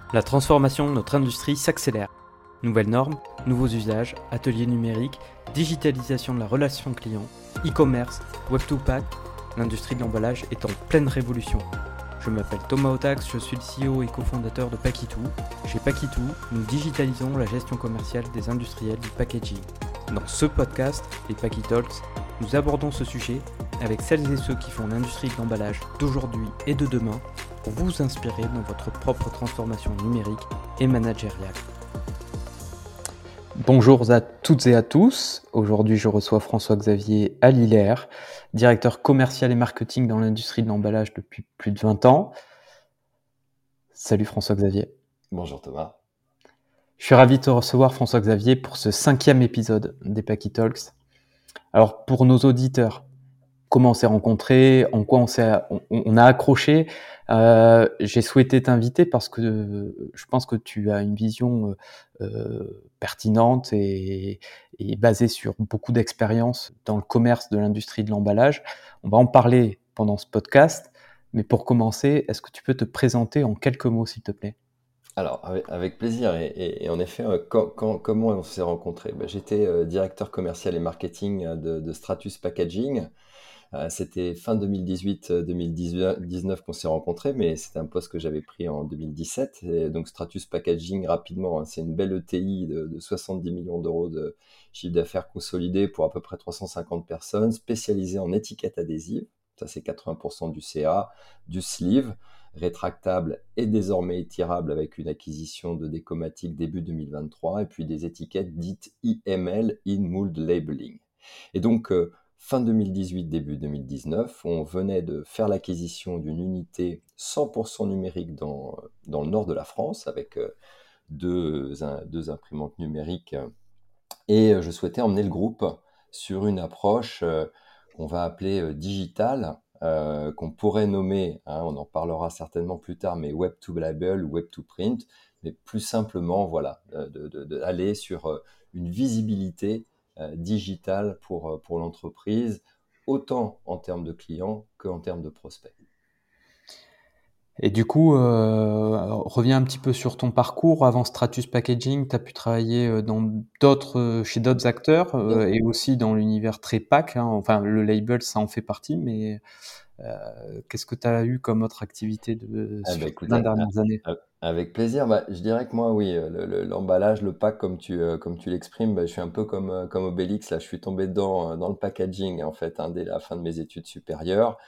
La transformation de notre industrie s'accélère. Nouvelles normes, nouveaux usages, ateliers numériques, digitalisation de la relation client, e-commerce, Web2Pack, l'industrie de l'emballage est en pleine révolution. Je m'appelle Thomas Otax, je suis le CEO et cofondateur de Paquitou. Chez Paquitou, nous digitalisons la gestion commerciale des industriels du packaging. Dans ce podcast, les Paquitalks, nous abordons ce sujet avec celles et ceux qui font l'industrie de l'emballage d'aujourd'hui et de demain pour vous inspirer dans votre propre transformation numérique et managériale. Bonjour à toutes et à tous. Aujourd'hui, je reçois François-Xavier Alilaire, directeur commercial et marketing dans l'industrie de l'emballage depuis plus de 20 ans. Salut François-Xavier. Bonjour Thomas. Je suis ravi de te recevoir François-Xavier pour ce 5e épisode des Paquitalks. Alors pour nos auditeurs, comment on s'est rencontrés, en quoi on a accroché. J'ai souhaité t'inviter parce que je pense que tu as une vision pertinente et basée sur beaucoup d'expérience dans le commerce de l'industrie de l'emballage. On va en parler pendant ce podcast, mais pour commencer, est-ce que tu peux te présenter en quelques mots, s'il te plaît ? Alors, avec plaisir. Et en effet, comment on s'est rencontrés? J'étais directeur commercial et marketing de Stratus Packaging. C'était fin 2018-2019 qu'on s'est rencontrés, mais c'était un poste que j'avais pris en 2017. Et donc, Stratus Packaging, rapidement, c'est une belle ETI de 70 millions d'euros de chiffre d'affaires consolidé pour à peu près 350 personnes, spécialisée en étiquettes adhésives. Ça, c'est 80% du CA, du sleeve, rétractable et désormais étirable avec une acquisition de Decomatic début 2023, et puis des étiquettes dites IML, In Mold Labeling. Et donc, fin 2018, début 2019, on venait de faire l'acquisition d'une unité 100% numérique dans le nord de la France, avec deux imprimantes numériques. Et je souhaitais emmener le groupe sur une approche qu'on va appeler digitale, qu'on pourrait nommer, on en parlera certainement plus tard, mais Web to Label ou Web to Print, mais plus simplement, voilà, d'aller sur une visibilité digitale pour l'entreprise, autant en termes de clients qu'en termes de prospects. Et du coup, reviens un petit peu sur ton parcours. Avant Stratus Packaging, tu as pu travailler chez d'autres acteurs et aussi dans l'univers très pack. Enfin, le label, ça en fait partie, mais qu'est-ce que tu as eu comme autre activité sur ces Écoute, 20 dernières années ? avec plaisir. Je dirais que moi, oui, l'emballage, le pack, comme tu l'exprimes, je suis un peu comme Obélix. Là, je suis tombé dedans dans le packaging, en fait, dès la fin de mes études supérieures.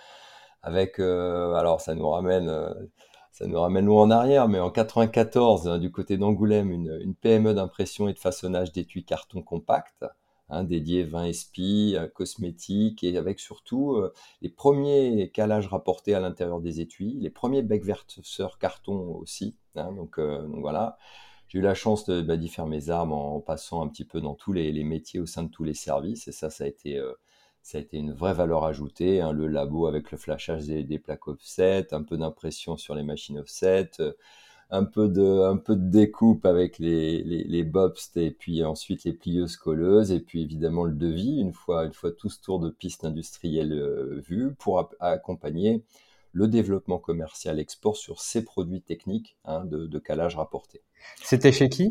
Alors, ça nous ramène loin en arrière, mais en 94, du côté d'Angoulême, une PME d'impression et de façonnage d'étui carton compact, dédié vin spi, cosmétiques, et avec surtout les premiers calages rapportés à l'intérieur des étuis, les premiers becs verseurs carton aussi. Donc voilà, j'ai eu la chance d'y faire mes armes en passant un petit peu dans tous les métiers au sein de tous les services, et ça a été une vraie valeur ajoutée, le labo avec le flashage des plaques offset, un peu d'impression sur les machines offset, un peu de découpe avec les bobst, et puis ensuite les plieuses colleuses, et puis évidemment le devis, une fois tout ce tour de piste industrielle vu, pour accompagner le développement commercial export sur ces produits techniques de calage rapporté. C'était chez qui ?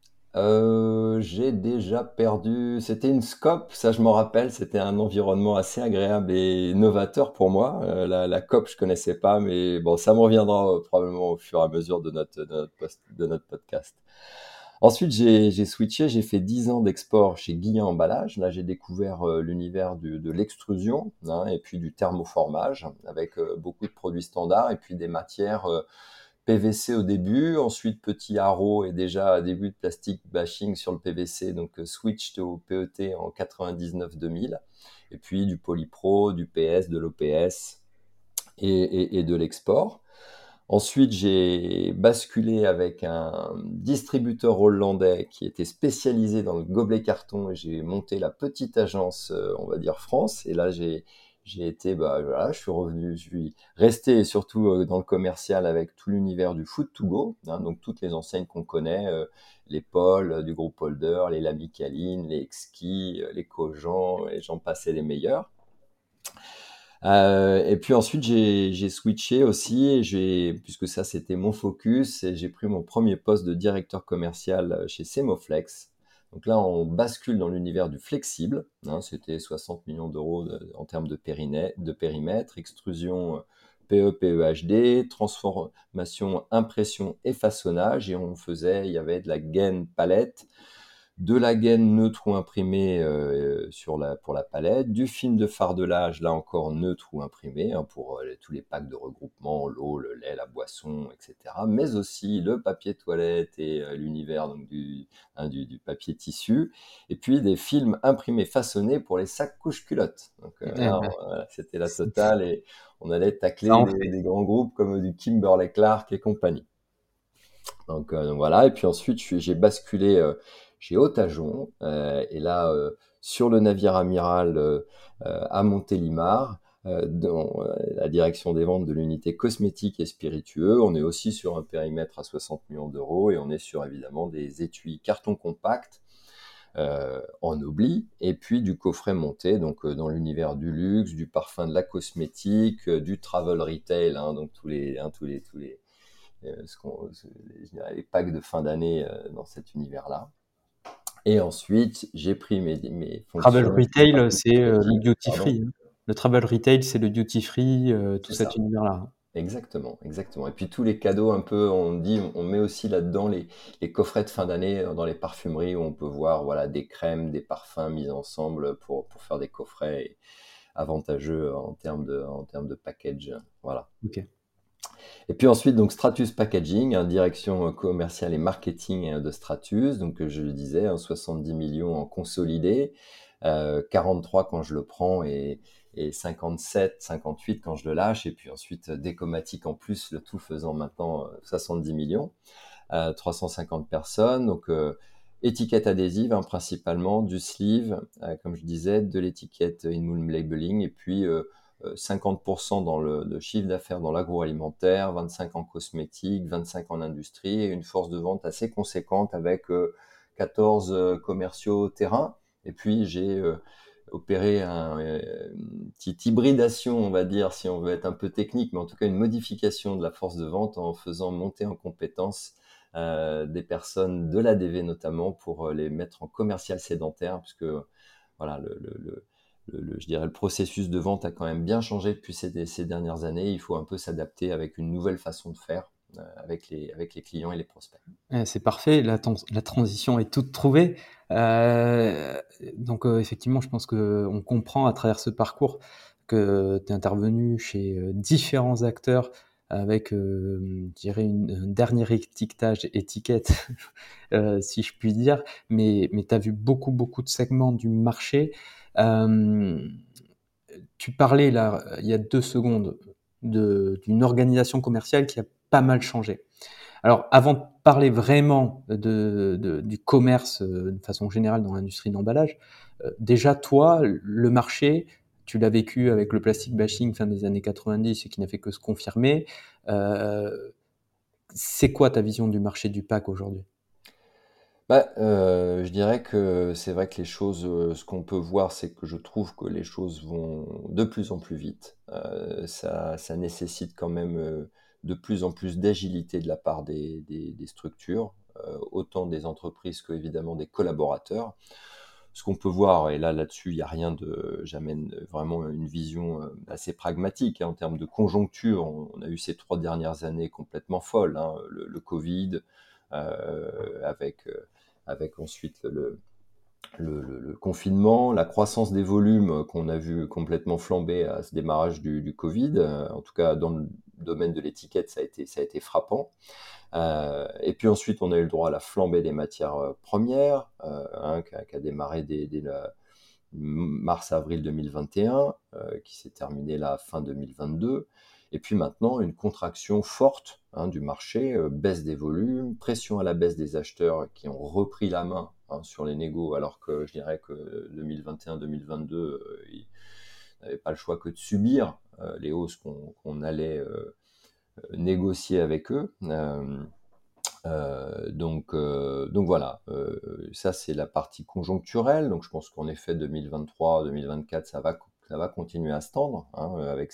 J'ai déjà perdu. C'était une Scope, ça je m'en rappelle. C'était un environnement assez agréable et novateur pour moi. La COP, je connaissais pas, mais bon, ça me reviendra probablement au fur et à mesure de notre podcast. Ensuite, j'ai switché, j'ai fait 10 ans d'export chez Guillen Emballage. Là, j'ai découvert l'univers de l'extrusion, et puis du thermoformage, avec beaucoup de produits standards et puis des matières PVC au début, ensuite petit haro et déjà début de plastique bashing sur le PVC, donc switch au PET en 99-2000, et puis du polypro, du PS, de l'OPS et de l'export. Ensuite, j'ai basculé avec un distributeur hollandais qui était spécialisé dans le gobelet carton, et j'ai monté la petite agence, on va dire France. Et là, j'ai été, voilà, je suis resté surtout dans le commercial avec tout l'univers du food to go, donc toutes les enseignes qu'on connaît, les Paul du groupe Holder, les Lamicaline, les Exquis, les Cogent, et j'en passais les meilleurs. Et puis ensuite, j'ai switché aussi, et puisque ça c'était mon focus, et j'ai pris mon premier poste de directeur commercial chez Semoflex. Donc là, on bascule dans l'univers du flexible, hein. C'était 60 millions d'euros en termes de périmètre, extrusion PE, PEHD, transformation, impression et façonnage. Et il y avait de la gaine palette, de la gaine neutre ou imprimée pour la palette, du film de fardelage, là encore neutre ou imprimé, hein, pour tous les packs de regroupement, l'eau, le lait, la boisson, etc. Mais aussi le papier toilette et l'univers donc du papier tissu. Et puis des films imprimés façonnés pour les sacs couches-culottes. Donc Eh là, ben, voilà, c'était la totale, et on allait ça tacler en fait. des grands groupes comme du Kimberly-Clark et compagnie. Donc voilà, et puis ensuite j'ai basculé chez Otajon, et là sur le navire amiral à Montélimar, dans la direction des ventes de l'unité cosmétique et spiritueux. On est aussi sur un périmètre à 60 millions d'euros, et on est sur évidemment des étuis carton compact en oubli, et puis du coffret monté, donc dans l'univers du luxe, du parfum, de la cosmétique, du travel retail, hein, donc je dirais les packs de fin d'année dans cet univers-là. Et ensuite, j'ai pris mes Travel fonctions un peu retail, plus c'est le stratégiques. duty Pardon, free, hein. Le travel retail, c'est le duty free, tout c'est cet ça. univers-là, hein. Exactement, exactement. Et puis tous les cadeaux un peu, on met aussi là-dedans les coffrets de fin d'année dans les parfumeries, où on peut voir voilà des crèmes, des parfums mis ensemble pour faire des coffrets avantageux en termes de package. Voilà. Ok. Et puis ensuite, donc Stratus Packaging, hein, direction commerciale et marketing de Stratus. Donc, je le disais, hein, 70 millions en consolidé, 43 quand je le prends, et 57, 58 quand je le lâche. Et puis ensuite, Décomatique en plus, le tout faisant maintenant 70 millions, 350 personnes. Donc, étiquette adhésive, hein, principalement, du sleeve, comme je disais, de l'étiquette in-moon labeling, et puis 50% dans le chiffre d'affaires dans l'agroalimentaire, 25 en cosmétique, 25 en industrie, et une force de vente assez conséquente avec 14 commerciaux terrain. Et puis j'ai opéré une petite hybridation, on va dire, si on veut être un peu technique, mais en tout cas une modification de la force de vente, en faisant monter en compétences des personnes de l'ADV notamment, pour les mettre en commercial sédentaire, puisque voilà, je dirais le processus de vente a quand même bien changé depuis ces dernières années. Il faut un peu s'adapter avec une nouvelle façon de faire avec les clients et les prospects. C'est parfait, la transition est toute trouvée. Donc effectivement, je pense qu'on comprend à travers ce parcours que tu es intervenu chez différents acteurs avec, je dirais, un dernier étiquette, si je puis dire, mais tu as vu beaucoup, beaucoup de segments du marché. Euh, Tu parlais là, il y a 2 secondes, d'une organisation commerciale qui a pas mal changé. Alors, avant de parler vraiment du commerce de façon générale dans l'industrie de l'emballage, déjà toi, le marché, tu l'as vécu avec le plastic bashing fin des années 90 et qui n'a fait que se confirmer. Euh, c'est quoi ta vision du marché du pack aujourd'hui? Bah, je dirais que c'est vrai que les choses, ce qu'on peut voir, c'est que je trouve que les choses vont de plus en plus vite. Ça nécessite quand même de plus en plus d'agilité de la part des structures, autant des entreprises que évidemment des collaborateurs. Ce qu'on peut voir, et là-dessus, il y a rien de, j'amène vraiment une vision assez pragmatique, hein, en termes de conjoncture. On a eu ces 3 dernières années complètement folles, hein, le Covid, avec ensuite le confinement, la croissance des volumes qu'on a vu complètement flamber à ce démarrage du Covid. En tout cas, dans le domaine de l'étiquette, ça a été frappant. Et puis ensuite, on a eu le droit à la flambée des matières premières, hein, qui a démarré dès mars-avril 2021, qui s'est terminée là fin 2022. Et puis maintenant, une contraction forte, hein, du marché, baisse des volumes, pression à la baisse des acheteurs qui ont repris la main, hein, sur les négos, alors que je dirais que 2021-2022, ils n'avaient pas le choix que de subir les hausses qu'on allait négocier avec eux. Donc voilà, ça c'est la partie conjoncturelle. Donc je pense qu'en effet 2023-2024, ça va continuer à se tendre, hein, avec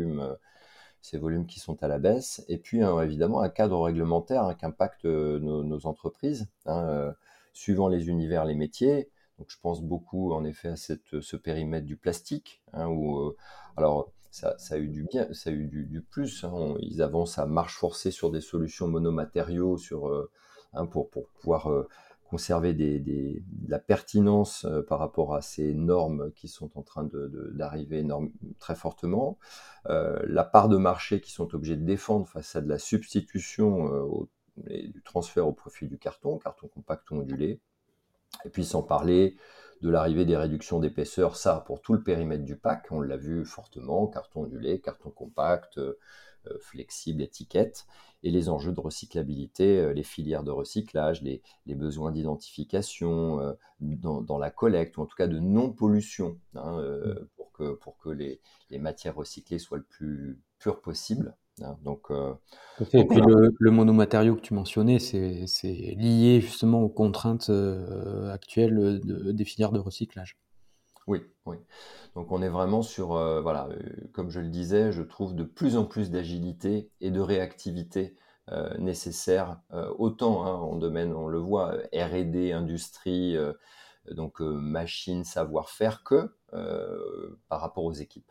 ces volumes qui sont à la baisse. Et puis, évidemment, un cadre réglementaire, hein, qui impacte nos entreprises, hein, suivant les univers, les métiers. Donc, je pense beaucoup, en effet, à ce périmètre du plastique, hein, où, alors, ça a eu du bien, ça a eu du plus, hein. Ils avancent à marche forcée sur des solutions monomatériaux, hein, pour pouvoir conserver de la pertinence par rapport à ces normes qui sont en train d'arriver très fortement. La part de marché qu'ils sont obligés de défendre face à de la substitution et du transfert au profit du carton compact ou ondulé. Et puis sans parler de l'arrivée des réductions d'épaisseur, ça pour tout le périmètre du pack, on l'a vu fortement, carton ondulé, carton compact, flexible, étiquette, et les enjeux de recyclabilité, les filières de recyclage, les besoins d'identification dans la collecte, ou en tout cas de non-pollution, hein, pour que les matières recyclées soient le plus pures possible, hein. Tout à fait. Et Donc puis voilà. le monomatériau que tu mentionnais, c'est lié justement aux contraintes actuelles des filières de recyclage. Oui, oui. Donc on est vraiment sur, voilà, comme je le disais, je trouve de plus en plus d'agilité et de réactivité nécessaire, autant, hein, en domaine, on le voit, R&D, industrie, machines, savoir-faire, que par rapport aux équipes.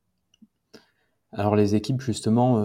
Alors les équipes justement,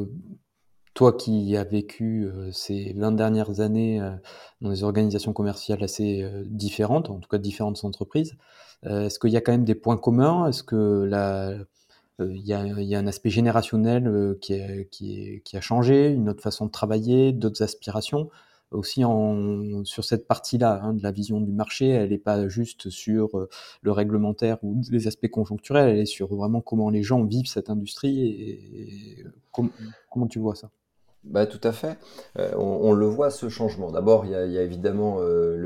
toi qui as vécu ces 20 dernières années dans des organisations commerciales assez différentes, en tout cas différentes entreprises, est-ce qu'il y a quand même des points communs? Est-ce que il y a un aspect générationnel qui a changé, une autre façon de travailler, d'autres aspirations? Aussi sur cette partie-là, hein, de la vision du marché, elle n'est pas juste sur le réglementaire ou les aspects conjoncturels, elle est sur vraiment comment les gens vivent cette industrie et comment tu vois ça? Bah, tout à fait. On le voit, ce changement. D'abord, il y a évidemment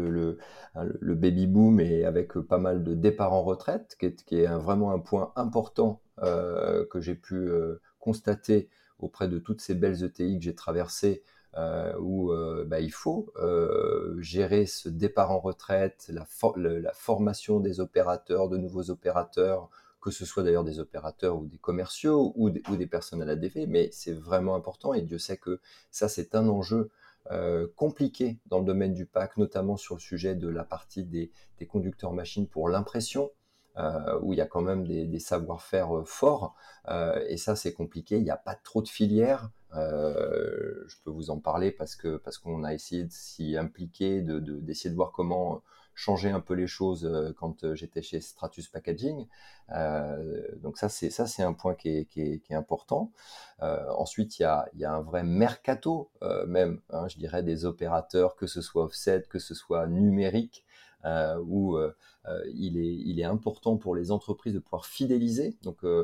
le baby boom, et avec pas mal de départs en retraite, qui est vraiment un point important que j'ai pu constater auprès de toutes ces belles ETI que j'ai traversées, où il faut gérer ce départ en retraite, la formation des opérateurs, de nouveaux opérateurs, que ce soit d'ailleurs des opérateurs ou des commerciaux ou des personnes à la DV, mais c'est vraiment important, et Dieu sait que ça, c'est un enjeu compliqué dans le domaine du pack, notamment sur le sujet de la partie des conducteurs machines pour l'impression, où il y a quand même des savoir-faire forts, et ça, c'est compliqué. Il n'y a pas trop de filières. Je peux vous en parler parce qu'on a essayé de s'y impliquer, d'essayer de voir comment changer un peu les choses quand j'étais chez Stratus Packaging. Donc ça c'est un point qui est important. Ensuite, il y a un vrai mercato, même, hein, je dirais, des opérateurs, que ce soit offset, que ce soit numérique, où il est important pour les entreprises de pouvoir fidéliser.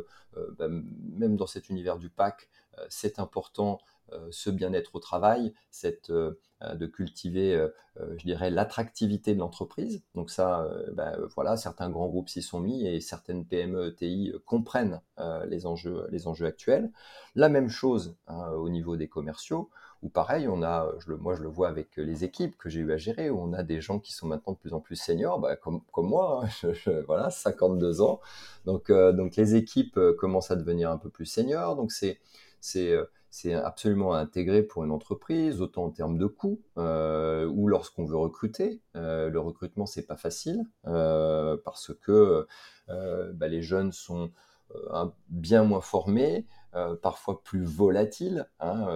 Même dans cet univers du pack, c'est important, ce bien-être au travail, de cultiver, je dirais, l'attractivité de l'entreprise. Donc ça, voilà, certains grands groupes s'y sont mis, et certaines PME, ETI comprennent les enjeux actuels. La même chose, hein, au niveau des commerciaux, où pareil, moi je le vois avec les équipes que j'ai eu à gérer, où on a des gens qui sont maintenant de plus en plus seniors, comme moi, hein, voilà, 52 ans. Donc les équipes commencent à devenir un peu plus seniors, donc c'est absolument à intégrer pour une entreprise, autant en termes de coûts, ou lorsqu'on veut recruter. Le recrutement, c'est pas facile, parce que les jeunes sont bien moins formés, parfois plus volatiles, hein,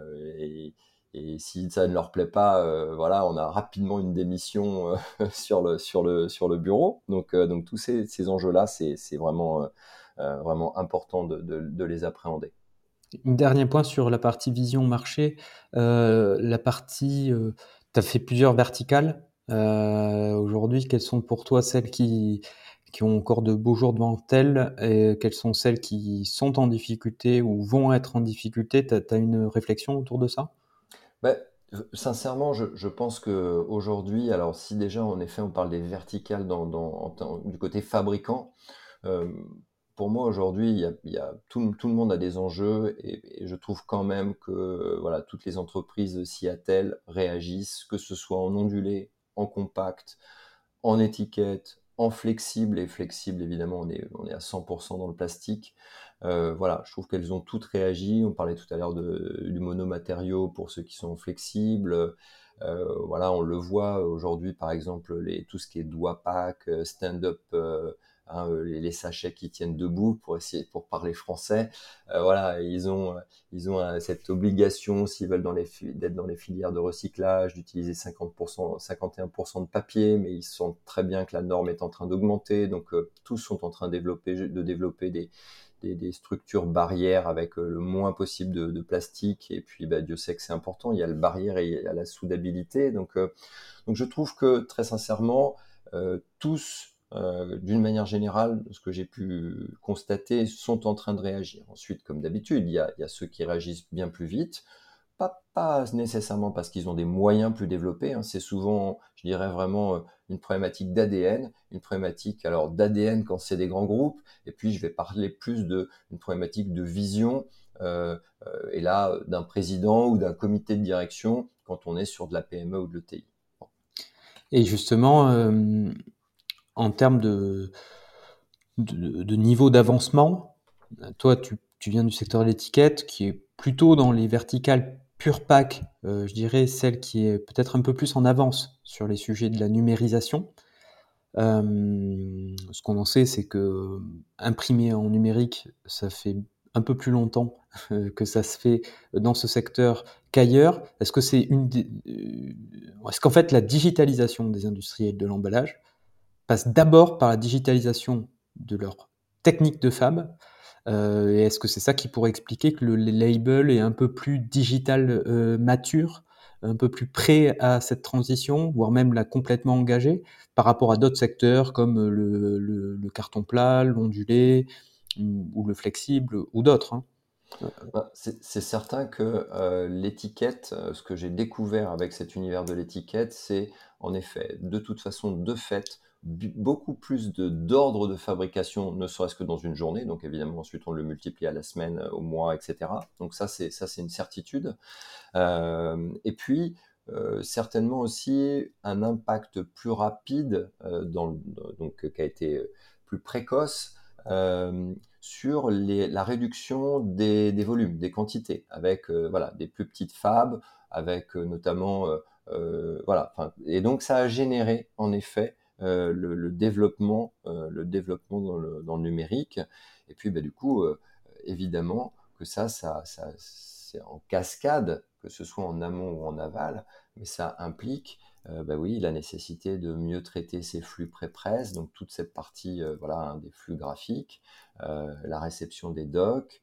et si ça ne leur plaît pas, voilà, on a rapidement une démission sur le bureau. Donc tous ces enjeux-là, c'est vraiment important de les appréhender. Un dernier point sur la partie vision marché, la partie, tu as fait plusieurs verticales. Aujourd'hui, quelles sont pour toi celles qui ont encore de beaux jours devant elles et quelles sont celles qui sont en difficulté ou vont être en difficulté? Tu as une réflexion autour de ça? Bah, sincèrement, je pense qu'aujourd'hui, alors si déjà en effet on parle des verticales du côté fabricant, euh, pour moi aujourd'hui, tout le monde a des enjeux, et je trouve quand même que voilà, toutes les entreprises s'y attellent, réagissent, que ce soit en ondulé, en compact, en étiquette, en flexible, et flexible évidemment on est à 100% dans le plastique. Voilà, je trouve qu'elles ont toutes réagi. On parlait tout à l'heure du monomatériau pour ceux qui sont flexibles. Voilà, on le voit aujourd'hui par exemple tout ce qui est doigt pack, stand-up, les sachets qui tiennent debout pour parler français. Voilà, ils ont cette obligation, s'ils veulent d'être dans les filières de recyclage, d'utiliser 50%, 51% de papier, mais ils sentent très bien que la norme est en train d'augmenter, donc tous sont en train de développer des structures barrières avec le moins possible de plastique. Et puis Dieu sait que c'est important, il y a le barrière et il y a la soudabilité. Donc je trouve que très sincèrement, tous, d'une manière générale, ce que j'ai pu constater, sont en train de réagir. Ensuite, comme d'habitude, il y a ceux qui réagissent bien plus vite, pas nécessairement parce qu'ils ont des moyens plus développés, hein. C'est souvent, je dirais vraiment, une problématique d'ADN, une problématique alors d'ADN quand c'est des grands groupes, et puis je vais parler plus d'une problématique de vision, et là, d'un président ou d'un comité de direction quand on est sur de la PME ou de l'ETI. Bon. Et justement, en termes de niveau d'avancement, toi, tu viens du secteur de l'étiquette, qui est plutôt dans les verticales pure pack, je dirais celle qui est peut-être un peu plus en avance sur les sujets de la numérisation. Ce qu'on en sait, c'est que imprimer en numérique, ça fait un peu plus longtemps que ça se fait dans ce secteur qu'ailleurs. Est-ce que est-ce qu'en fait la digitalisation des industriels de l'emballage passe d'abord par la digitalisation de leur technique de fab, et est-ce que c'est ça qui pourrait expliquer que le label est un peu plus digital, mature, un peu plus prêt à cette transition, voire même l'a complètement engagé par rapport à d'autres secteurs comme le carton plat, l'ondulé ou le flexible ou d'autres, hein? C'est certain que l'étiquette, ce que j'ai découvert avec cet univers de l'étiquette, c'est en effet, de toute façon, de fait, beaucoup plus d'ordre de fabrication, ne serait-ce que dans une journée. Donc évidemment, ensuite, on le multiplie à la semaine, au mois, etc. Donc ça, c'est une certitude. Et puis, certainement aussi un impact plus rapide, donc qui a été plus précoce, sur la réduction des volumes, des quantités, avec voilà, des plus petites fabs, avec notamment voilà. Et donc ça a généré en effet le développement dans le numérique. Et puis du coup, évidemment que ça c'est en cascade, que ce soit en amont ou en aval, mais ça implique oui, la nécessité de mieux traiter ces flux pré-presse, donc toute cette partie voilà, hein, des flux graphiques, la réception des docs,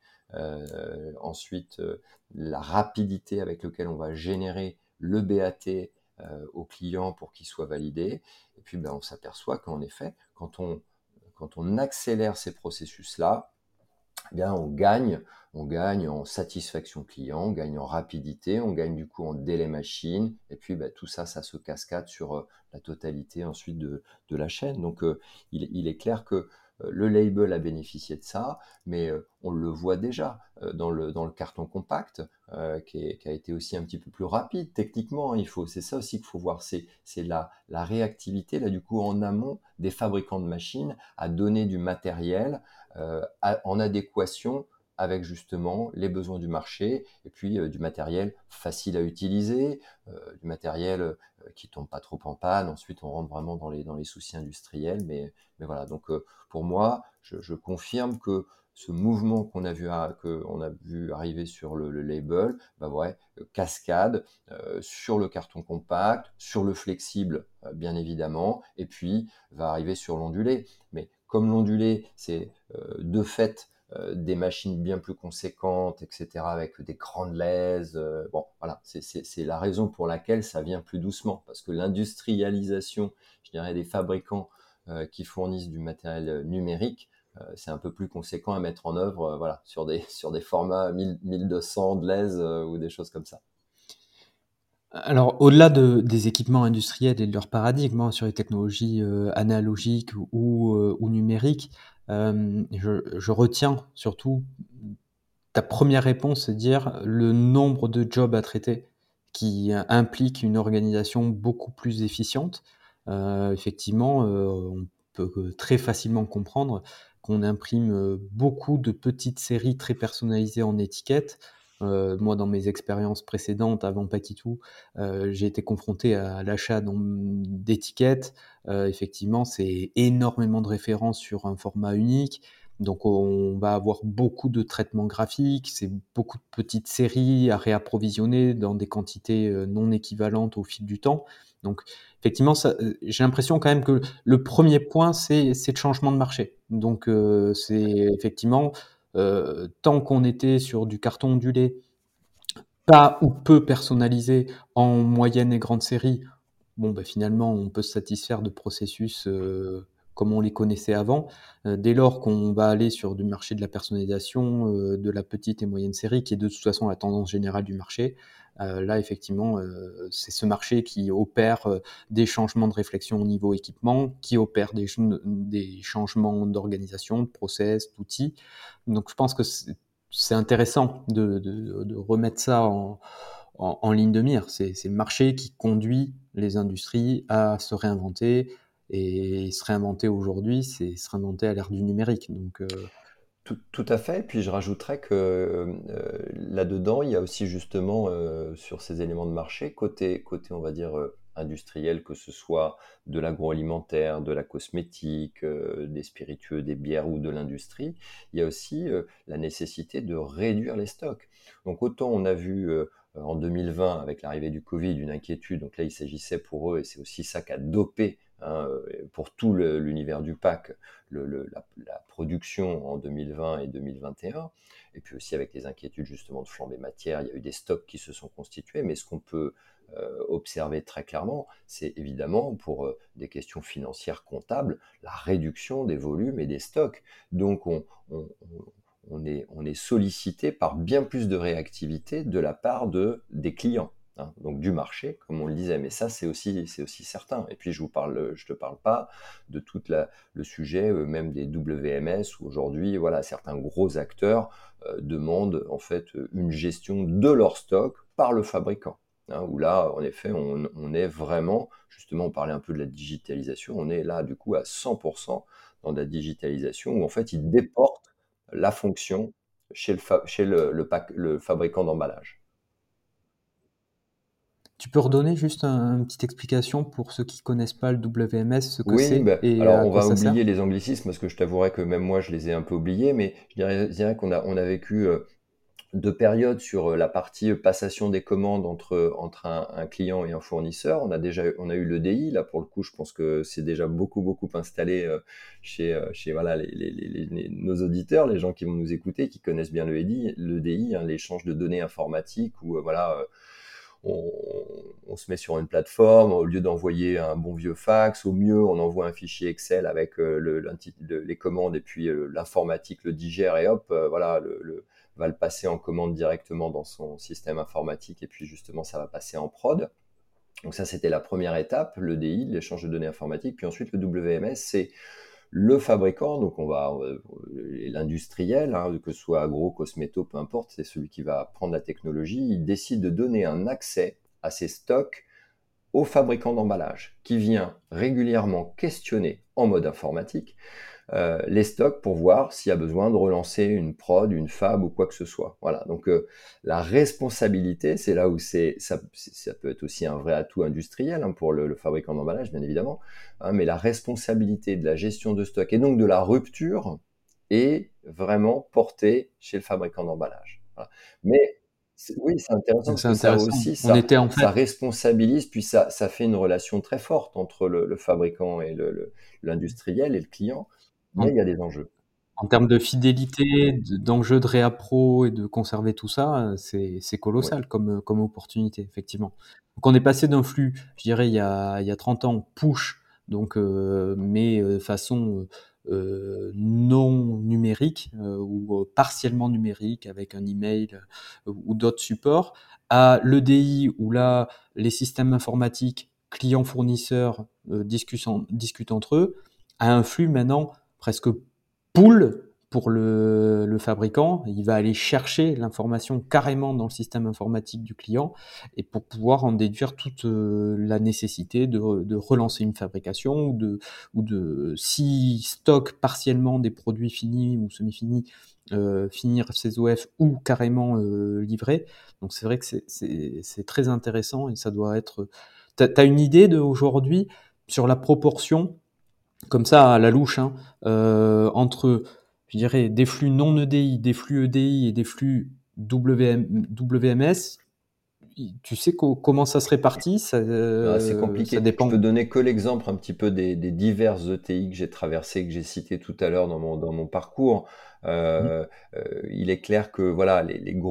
ensuite la rapidité avec laquelle on va générer le BAT au client pour qu'il soit validé. Et puis on s'aperçoit qu'en effet, quand on accélère ces processus-là, eh bien, on gagne en satisfaction client, on gagne en rapidité, on gagne du coup en délai machine, et puis tout ça, ça se cascade sur la totalité ensuite de la chaîne. Donc, il est clair que le label a bénéficié de ça, mais on le voit déjà dans le carton compact, qui a été aussi un petit peu plus rapide techniquement. C'est ça aussi qu'il faut voir, c'est la réactivité, là du coup en amont des fabricants de machines à donner du matériel en adéquation avec justement les besoins du marché, et puis du matériel facile à utiliser, du matériel qui tombe pas trop en panne. Ensuite, on rentre vraiment dans les soucis industriels. Mais voilà, donc pour moi, je confirme que ce mouvement qu'on a vu arriver sur le label, ouais, cascade sur le carton compact, sur le flexible, bien évidemment, et puis va arriver sur l'ondulé. Mais comme l'ondulé, c'est de fait des machines bien plus conséquentes, etc., avec des grandes lèses. Bon, voilà, c'est la raison pour laquelle ça vient plus doucement, parce que l'industrialisation, je dirais, des fabricants qui fournissent du matériel numérique, c'est un peu plus conséquent à mettre en œuvre, voilà, sur des formats 1200 de lèse ou des choses comme ça. Alors, au-delà des équipements industriels et de leur paradigme, hein, sur les technologies analogiques ou numériques, je retiens surtout ta première réponse, c'est dire le nombre de jobs à traiter qui implique une organisation beaucoup plus efficiente. Effectivement, peut très facilement comprendre qu'on imprime beaucoup de petites séries très personnalisées en étiquettes. Moi, dans mes expériences précédentes, avant Paquitou, j'ai été confronté à l'achat d'étiquettes. Effectivement, c'est énormément de références sur un format unique. Donc, on va avoir beaucoup de traitements graphiques, c'est beaucoup de petites séries à réapprovisionner dans des quantités non équivalentes au fil du temps. Donc, effectivement, j'ai l'impression quand même que le premier point, c'est le changement de marché. Donc, c'est effectivement, tant qu'on était sur du carton ondulé, pas ou peu personnalisé en moyenne et grande série, bon, bah, finalement, on peut se satisfaire de processus comme on les connaissait avant. Dès lors qu'on va aller sur du marché de la personnalisation, de la petite et moyenne série, qui est de toute façon la tendance générale du marché, là, effectivement, c'est ce marché qui opère des changements de réflexion au niveau équipement, qui opère des changements d'organisation, de process, d'outils. Donc, je pense que c'est intéressant de remettre ça en ligne de mire. C'est le marché qui conduit les industries à se réinventer. Et se réinventer aujourd'hui, c'est se réinventer à l'ère du numérique. Donc, Tout à fait. Et puis je rajouterais que là-dedans, il y a aussi justement sur ces éléments de marché, côté on va dire industriel, que ce soit de l'agroalimentaire, de la cosmétique, des spiritueux, des bières ou de l'industrie, il y a aussi la nécessité de réduire les stocks. Donc autant on a vu en 2020 avec l'arrivée du Covid une inquiétude, donc là il s'agissait pour eux, et c'est aussi ça qui a dopé pour tout l'univers du pack, la production en 2020 et 2021, et puis aussi avec les inquiétudes justement de flambée matière, il y a eu des stocks qui se sont constitués, mais ce qu'on peut observer très clairement, c'est évidemment pour des questions financières comptables, la réduction des volumes et des stocks. Donc on est sollicité par bien plus de réactivité de la part des clients. Hein, donc du marché, comme on le disait, mais ça c'est aussi certain. Et puis je te parle pas de le sujet même des WMS où aujourd'hui, voilà, certains gros acteurs demandent en fait une gestion de leur stock par le fabricant. Hein, où là, en effet, on est vraiment, justement, on parlait un peu de la digitalisation, on est là du coup à 100% dans la digitalisation où en fait ils déportent la fonction chez le fabricant d'emballage. tu peux redonner juste une petite explication pour ceux qui connaissent pas le WMS, ce que Oui, c'est ben, et alors à on quoi va ça sert? oublier les anglicismes parce que je t'avouerai que même moi je les ai un peu oubliés, mais je dirais on a vécu deux périodes sur la partie passation des commandes entre un client et un fournisseur. On a eu l'EDI, là pour le coup, je pense que c'est déjà beaucoup installé chez voilà, nos auditeurs, les gens qui vont nous écouter, qui connaissent bien l'EDI, hein, l'échange de données informatiques où voilà, on, on se met sur une plateforme, au lieu d'envoyer un bon vieux fax, au mieux on envoie un fichier Excel avec les commandes et puis l'informatique le digère et hop, voilà, va le passer en commande directement dans son système informatique et puis justement ça va passer en prod. Donc ça c'était la première étape, l'EDI, l'échange de données informatiques. Puis ensuite le WMS, c'est le fabricant, donc l'industriel, hein, que ce soit agro, cosméto, peu importe, c'est celui qui va prendre la technologie, il décide de donner un accès à ses stocks au fabricant d'emballage, qui vient régulièrement questionner en mode informatique les stocks pour voir s'il y a besoin de relancer une prod, une fab ou quoi que ce soit. Voilà. Donc la responsabilité, c'est là où ça peut être aussi un vrai atout industriel hein, pour le fabricant d'emballage, bien évidemment, hein, mais la responsabilité de la gestion de stock et donc de la rupture est vraiment portée chez le fabricant d'emballage. Voilà. Mais oui, c'est intéressant parce C'est que ça intéressant. aussi, On était en fait ça responsabilise, puis ça fait une relation très forte entre le fabricant et l'industriel et le client. Mais en il y a des enjeux. En termes de fidélité, d'enjeux de réappro et de conserver tout ça, c'est Oui, colossal comme opportunité, effectivement. Donc on est passé d'un flux, je dirais, il y a 30 ans, push, donc, mais façon non numérique ou partiellement numérique avec un email ou d'autres supports, à l'EDI où là, les systèmes informatiques, clients-fournisseurs discutent entre eux, à un flux maintenant presque pool pour le fabricant. Il va aller chercher l'information carrément dans le système informatique du client et pour pouvoir en déduire toute la nécessité de relancer une fabrication ou de s'il stocke partiellement des produits finis ou semi-finis, finir ses OF ou carrément livrer. Donc c'est vrai que c'est très intéressant et ça doit être... T'as une idée de aujourd'hui sur la proportion, comme ça à la louche, hein, entre, je dirais, des flux non EDI, des flux EDI et des flux WMS, tu sais comment ça se répartit, C'est ça compliqué. Je peux dépend. donner que l'exemple un petit peu des diverses ETI que j'ai traversées, que j'ai citées tout à l'heure dans mon parcours. Mm. Il est clair que voilà,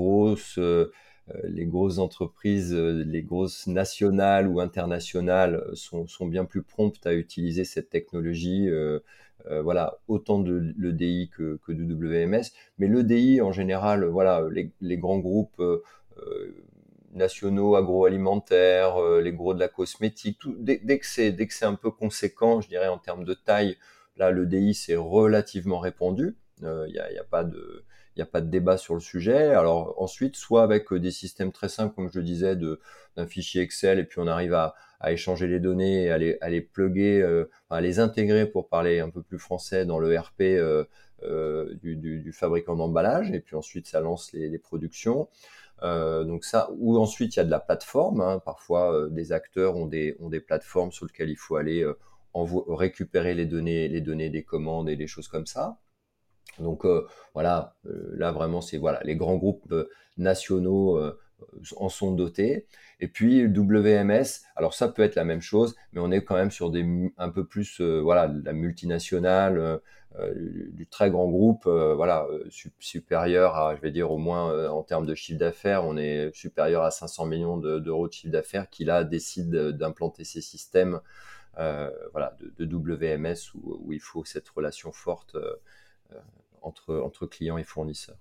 les grosses entreprises, les grosses nationales ou internationales sont bien plus promptes à utiliser cette technologie. Voilà, autant de l'EDI que du WMS. Mais l'EDI, en général, voilà, les grands groupes nationaux agroalimentaires, les gros de la cosmétique, dès que c'est un peu conséquent, je dirais en termes de taille, là le DI c'est relativement répandu. Il y a pas de il y a pas de débat sur le sujet. Alors ensuite, soit avec des systèmes très simples, comme je le disais, d'un fichier Excel, et puis on arrive à échanger les données et à les plugger, à les intégrer pour parler un peu plus français dans le RP du fabricant d'emballage, et puis ensuite ça lance les productions. Donc ça, ou ensuite il y a de la plateforme. Hein. Parfois, des acteurs ont des plateformes sur lesquelles il faut aller récupérer les données des commandes et des choses comme ça. Donc voilà, là vraiment c'est voilà les grands groupes nationaux en sont dotés. Et puis WMS, alors ça peut être la même chose, mais on est quand même sur un peu plus voilà de la multinationale, du très grand groupe, voilà supérieur à, je vais dire au moins en termes de chiffre d'affaires, on est supérieur à 500 millions d'euros de chiffre d'affaires qui là décident d'implanter ces systèmes voilà de WMS où il faut cette relation forte entre clients et fournisseurs.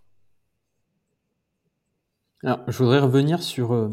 Alors, je voudrais revenir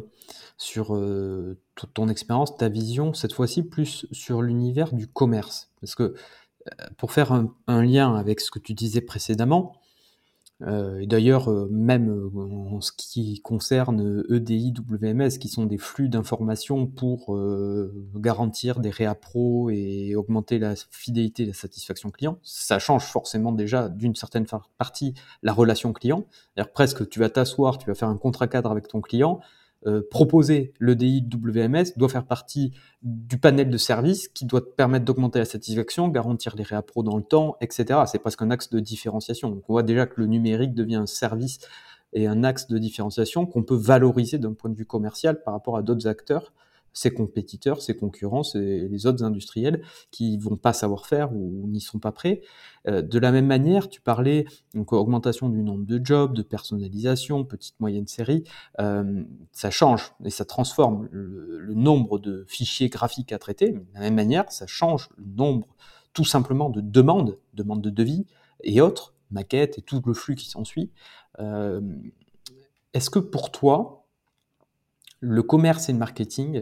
sur toute ton expérience, ta vision, cette fois-ci plus sur l'univers du commerce. Parce que pour faire un lien avec ce que tu disais précédemment, et d'ailleurs, même en ce qui concerne EDI, WMS, qui sont des flux d'informations pour garantir des réappros et augmenter la fidélité et la satisfaction client, ça change forcément déjà d'une certaine partie la relation client. C'est-à-dire presque, tu vas t'asseoir, tu vas faire un contrat cadre avec ton client, proposer l'EDI WMS doit faire partie du panel de services qui doit te permettre d'augmenter la satisfaction, garantir les réappros dans le temps, etc. C'est presque un axe de différenciation. Donc on voit déjà que le numérique devient un service et un axe de différenciation qu'on peut valoriser d'un point de vue commercial par rapport à d'autres acteurs, ses compétiteurs, ses concurrents et les autres industriels qui vont pas savoir faire ou n'y sont pas prêts. De la même manière, tu parlais donc augmentation du nombre de jobs, de personnalisation, petite moyenne série, ça change et ça transforme le nombre de fichiers graphiques à traiter. Mais de la même manière, ça change le nombre tout simplement de demandes de devis et autres, maquettes et tout le flux qui s'ensuit. Euh, Est-ce que pour toi, le commerce et le marketing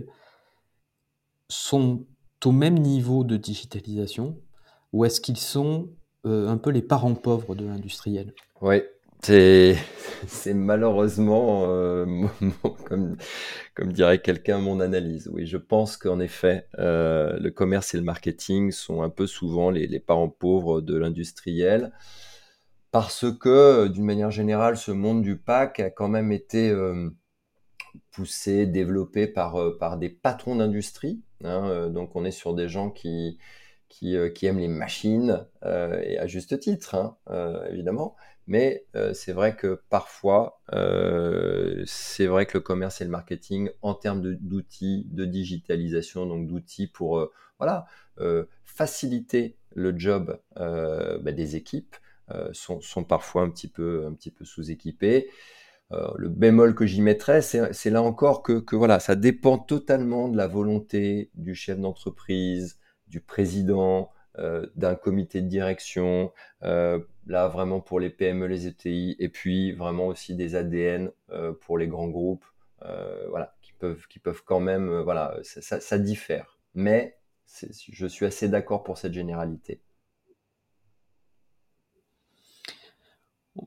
sont au même niveau de digitalisation ou est-ce qu'ils sont un peu les parents pauvres de l'industriel? Oui, c'est c'est malheureusement, comme comme dirait quelqu'un, mon analyse. Oui, je pense qu'en effet, le commerce et le marketing sont un peu souvent les parents pauvres de l'industriel parce que, d'une manière générale, ce monde du pack a quand même été, poussé, développé par des patrons d'industrie, hein, donc on est sur des gens qui aiment les machines, et à juste titre, hein, évidemment. Mais c'est vrai que parfois, c'est vrai que le commerce et le marketing, en termes d'outils, de digitalisation, donc d'outils pour voilà, faciliter le job des équipes, sont parfois un petit peu sous-équipés. Le bémol que j'y mettrais, c'est là encore que voilà, ça dépend totalement de la volonté du chef d'entreprise, du président, d'un comité de direction, là vraiment pour les PME, les ETI, et puis vraiment aussi des ADN pour les grands groupes, voilà, qui peuvent quand même, voilà, ça diffère. Mais je suis assez d'accord pour cette généralité.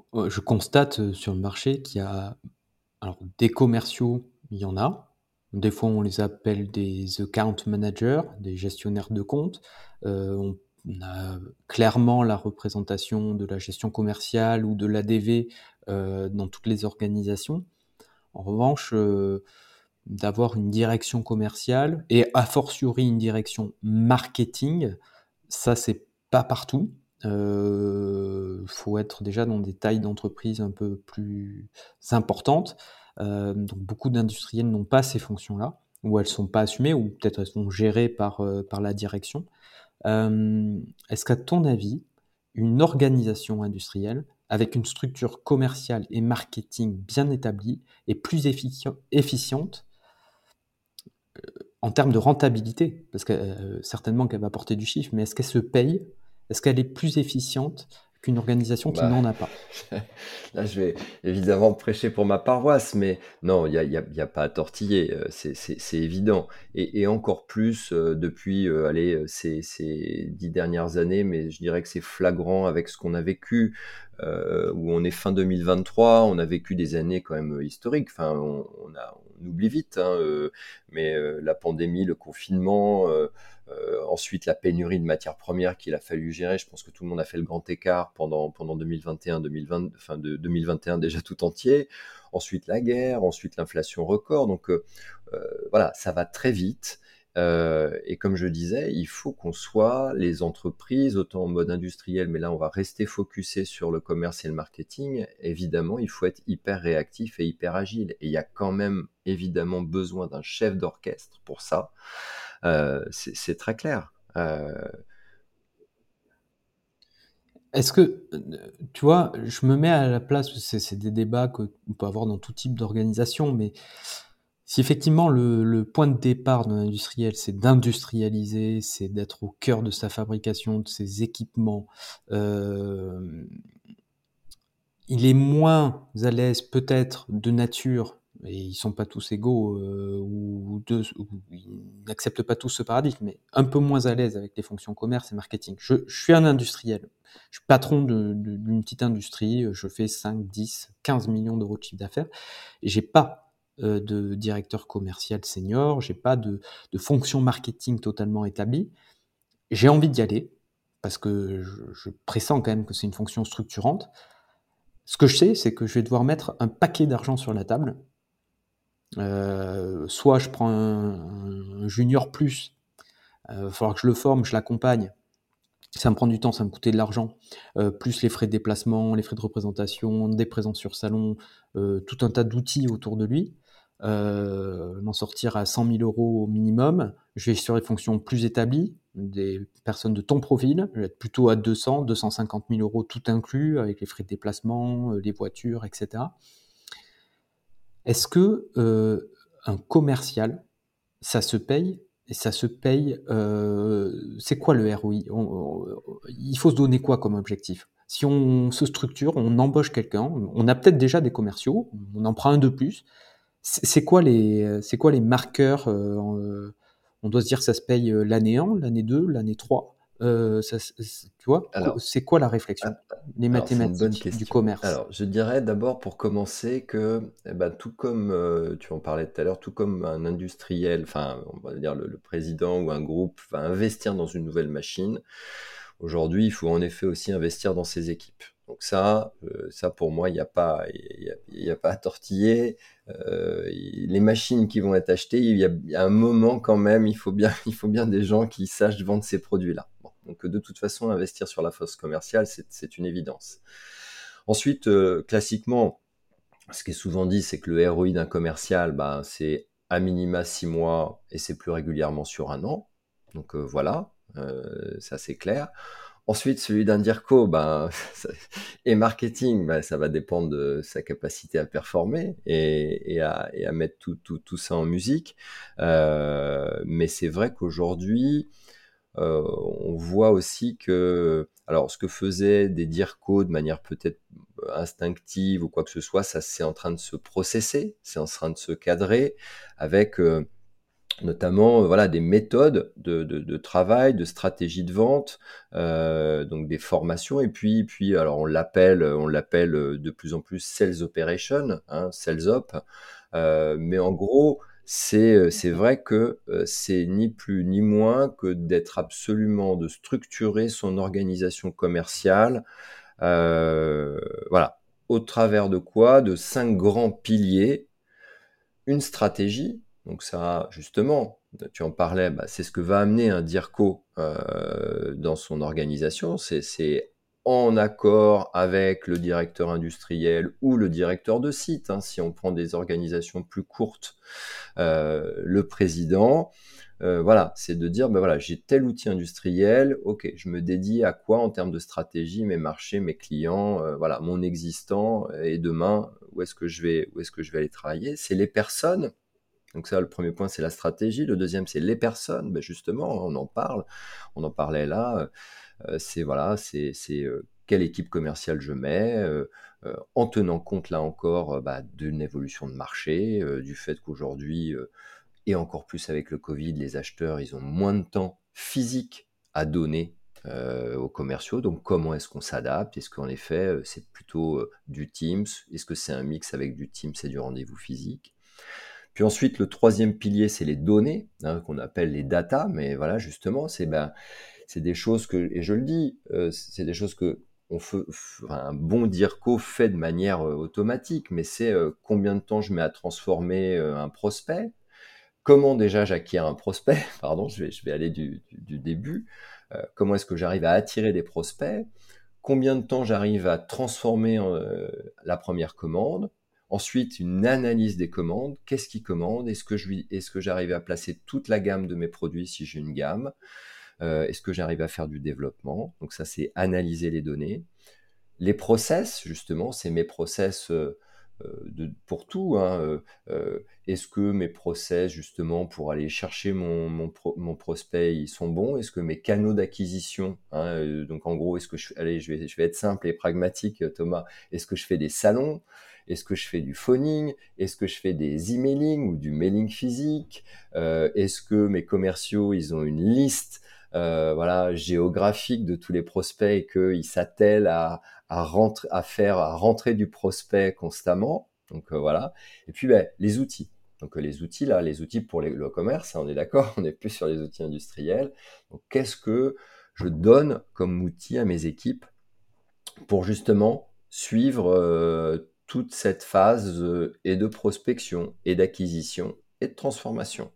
Je constate, sur le marché qu'il y a alors des commerciaux, il y en a. Des fois, on les appelle des account managers, des gestionnaires de compte. On a clairement la représentation de la gestion commerciale ou de l'ADV, dans toutes les organisations. En revanche, d'avoir une direction commerciale et a fortiori une direction marketing, ça c'est pas partout. Faut être déjà dans des tailles d'entreprise un peu plus importantes. Donc beaucoup d'industriels n'ont pas ces fonctions-là, ou elles sont pas assumées, ou peut-être elles sont gérées par la direction. Est-ce qu'à ton avis, une organisation industrielle avec une structure commerciale et marketing bien établie est plus efficiente en termes de rentabilité? Parce que certainement qu'elle va apporter du chiffre, mais est-ce qu'elle se paye? Est-ce qu'elle est plus efficiente qu'une organisation qui Bah, n'en a pas? là, je vais évidemment prêcher pour ma paroisse, mais non, il y a pas à tortiller, c'est évident. Et encore plus depuis, allez, ces 10 dernières années, mais je dirais que c'est flagrant avec ce qu'on a vécu, où on est fin 2023, on a vécu des années quand même historiques. Enfin, on oublie vite, hein, mais la pandémie, le confinement. Ensuite, la pénurie de matières premières qu'il a fallu gérer. Je pense que tout le monde a fait le grand écart pendant 2021, 2020, enfin de 2021 déjà tout entier. Ensuite, la guerre, ensuite l'inflation record. Donc voilà, ça va très vite. Et comme je disais, il faut qu'on soit les entreprises, autant en mode industriel, mais là on va rester focusé sur le commerce et le marketing. Évidemment, il faut être hyper réactif et hyper agile. Et il y a quand même évidemment besoin d'un chef d'orchestre pour ça. C'est très clair. Est-ce que, tu vois, je me mets à la place, c'est des débats qu'on peut avoir dans tout type d'organisation, mais si effectivement le point de départ d'un industriel, c'est d'industrialiser, c'est d'être au cœur de sa fabrication, de ses équipements, euh, il est moins à l'aise peut-être de nature, et ils sont pas tous égaux, ou ils n'acceptent pas tous ce paradigme, mais un peu moins à l'aise avec les fonctions commerce et marketing. Je suis un industriel, je suis patron d'une petite industrie, je fais 5, 10, 15 millions d'euros de chiffre d'affaires, et j'ai pas de directeur commercial senior, j'ai pas de fonction marketing totalement établie. J'ai envie d'y aller, parce que je pressens quand même que c'est une fonction structurante. Ce que je sais, c'est que je vais devoir mettre un paquet d'argent sur la table. Soit je prends un junior plus, il va falloir que je le forme, je l'accompagne. Ça me prend du temps, ça me coûter de l'argent, plus les frais de déplacement, les frais de représentation, des présences sur salon, tout un tas d'outils autour de lui. M'en sortir à 100 000 euros au minimum. Je vais sur les fonctions plus établies, des personnes de ton profil. Je vais être plutôt à 200, 250 000 euros tout inclus, avec les frais de déplacement, les voitures, etc. Est-ce que un commercial, ça se paye? Et ça se paye, c'est quoi le ROI? Il faut se donner quoi comme objectif? Si on se structure, on embauche quelqu'un, on a peut-être déjà des commerciaux, on en prend un de plus. C'est quoi les marqueurs? On doit se dire que ça se paye l'année 1, l'année 2, l'année 3. Tu vois, Alors, c'est quoi la réflexion? Les alors c'est une bonne mathématiques du question. commerce. Alors, je dirais d'abord pour commencer que, eh ben, tout comme tu en parlais tout à l'heure, tout comme un industriel, enfin, on va dire le président ou un groupe va investir dans une nouvelle machine, aujourd'hui, il faut en effet aussi investir dans ses équipes. Donc ça pour moi, il y a pas à tortiller. Les machines qui vont être achetées, il y a un moment quand même, il faut bien des gens qui sachent vendre ces produits-là. Bon, donc de toute façon, investir sur la force commerciale, c'est une évidence. Ensuite, classiquement, ce qui est souvent dit, c'est que le ROI d'un commercial, ben, c'est à minima 6 mois et c'est plus régulièrement sur un an. Donc voilà, ça c'est clair. Ensuite, celui d'un DIRCO, ben, et marketing, ben, ça va dépendre de sa capacité à performer et à mettre tout ça en musique. Mais c'est vrai qu'aujourd'hui, on voit aussi que, alors, ce que faisaient des DIRCO de manière peut-être instinctive ou quoi que ce soit, ça c'est en train de se processer, c'est en train de se cadrer avec notamment voilà, des méthodes de travail, de stratégie de vente, donc des formations. Et puis alors on l'appelle de plus en plus Sales Operation, hein, Sales Op. Mais en gros, c'est vrai que c'est ni plus ni moins que d'être absolument, de structurer son organisation commerciale, euh, voilà, au travers de quoi? De 5 grands piliers. Une stratégie, donc ça, justement, tu en parlais, bah, c'est ce que va amener un DIRCO dans son organisation. C'est en accord avec le directeur industriel ou le directeur de site, hein, si on prend des organisations plus courtes, le président. Voilà, c'est de dire, ben voilà, j'ai tel outil industriel, ok, je me dédie à quoi en termes de stratégie, mes marchés, mes clients, voilà, mon existant, et demain, où est-ce que je vais aller travailler? C'est les personnes. Donc ça, le premier point, c'est la stratégie. Le deuxième, c'est les personnes. Ben justement, on en parlait là. C'est voilà, c'est quelle équipe commerciale je mets, en tenant compte là encore bah, d'une évolution de marché, du fait qu'aujourd'hui, et encore plus avec le Covid, les acheteurs, ils ont moins de temps physique à donner aux commerciaux. Donc comment est-ce qu'on s'adapte? Est-ce qu'en effet, c'est plutôt du Teams? Est-ce que c'est un mix avec du Teams et du rendez-vous physique? Puis ensuite, le troisième pilier, c'est les données, hein, qu'on appelle les data. Mais voilà, justement, c'est des choses que, et je le dis, c'est des choses que enfin, un bon DIRCO fait de manière automatique. Mais c'est combien de temps je mets à transformer un prospect? Comment déjà j'acquiers un prospect? Pardon, je vais aller du début. Comment est-ce que j'arrive à attirer des prospects? Combien de temps j'arrive à transformer la première commande? Ensuite, une analyse des commandes. Qu'est-ce qu'il commande? Est-ce que j'arrive à placer toute la gamme de mes produits si j'ai une gamme? Est-ce que j'arrive à faire du développement? Donc ça, c'est analyser les données. Les process, justement, c'est mes process pour tout, hein. Est-ce que mes process, justement, pour aller chercher mon prospect, ils sont bons? Est-ce que mes canaux d'acquisition, hein, donc en gros, allez, je vais être simple et pragmatique, Thomas. Est-ce que je fais des salons? Est-ce que je fais du phoning? Est-ce que je fais des emailing ou du mailing physique? Est-ce que mes commerciaux, ils ont une liste voilà, géographique de tous les prospects et qu'ils s'attellent à rentrer du prospect constamment. Donc voilà. Et puis ben, les outils. Donc les outils là, les outils pour le commerce, hein, on est d'accord, on n'est plus sur les outils industriels. Donc qu'est-ce que je donne comme outil à mes équipes pour justement suivre toute cette phase et de prospection et d'acquisition et de transformation.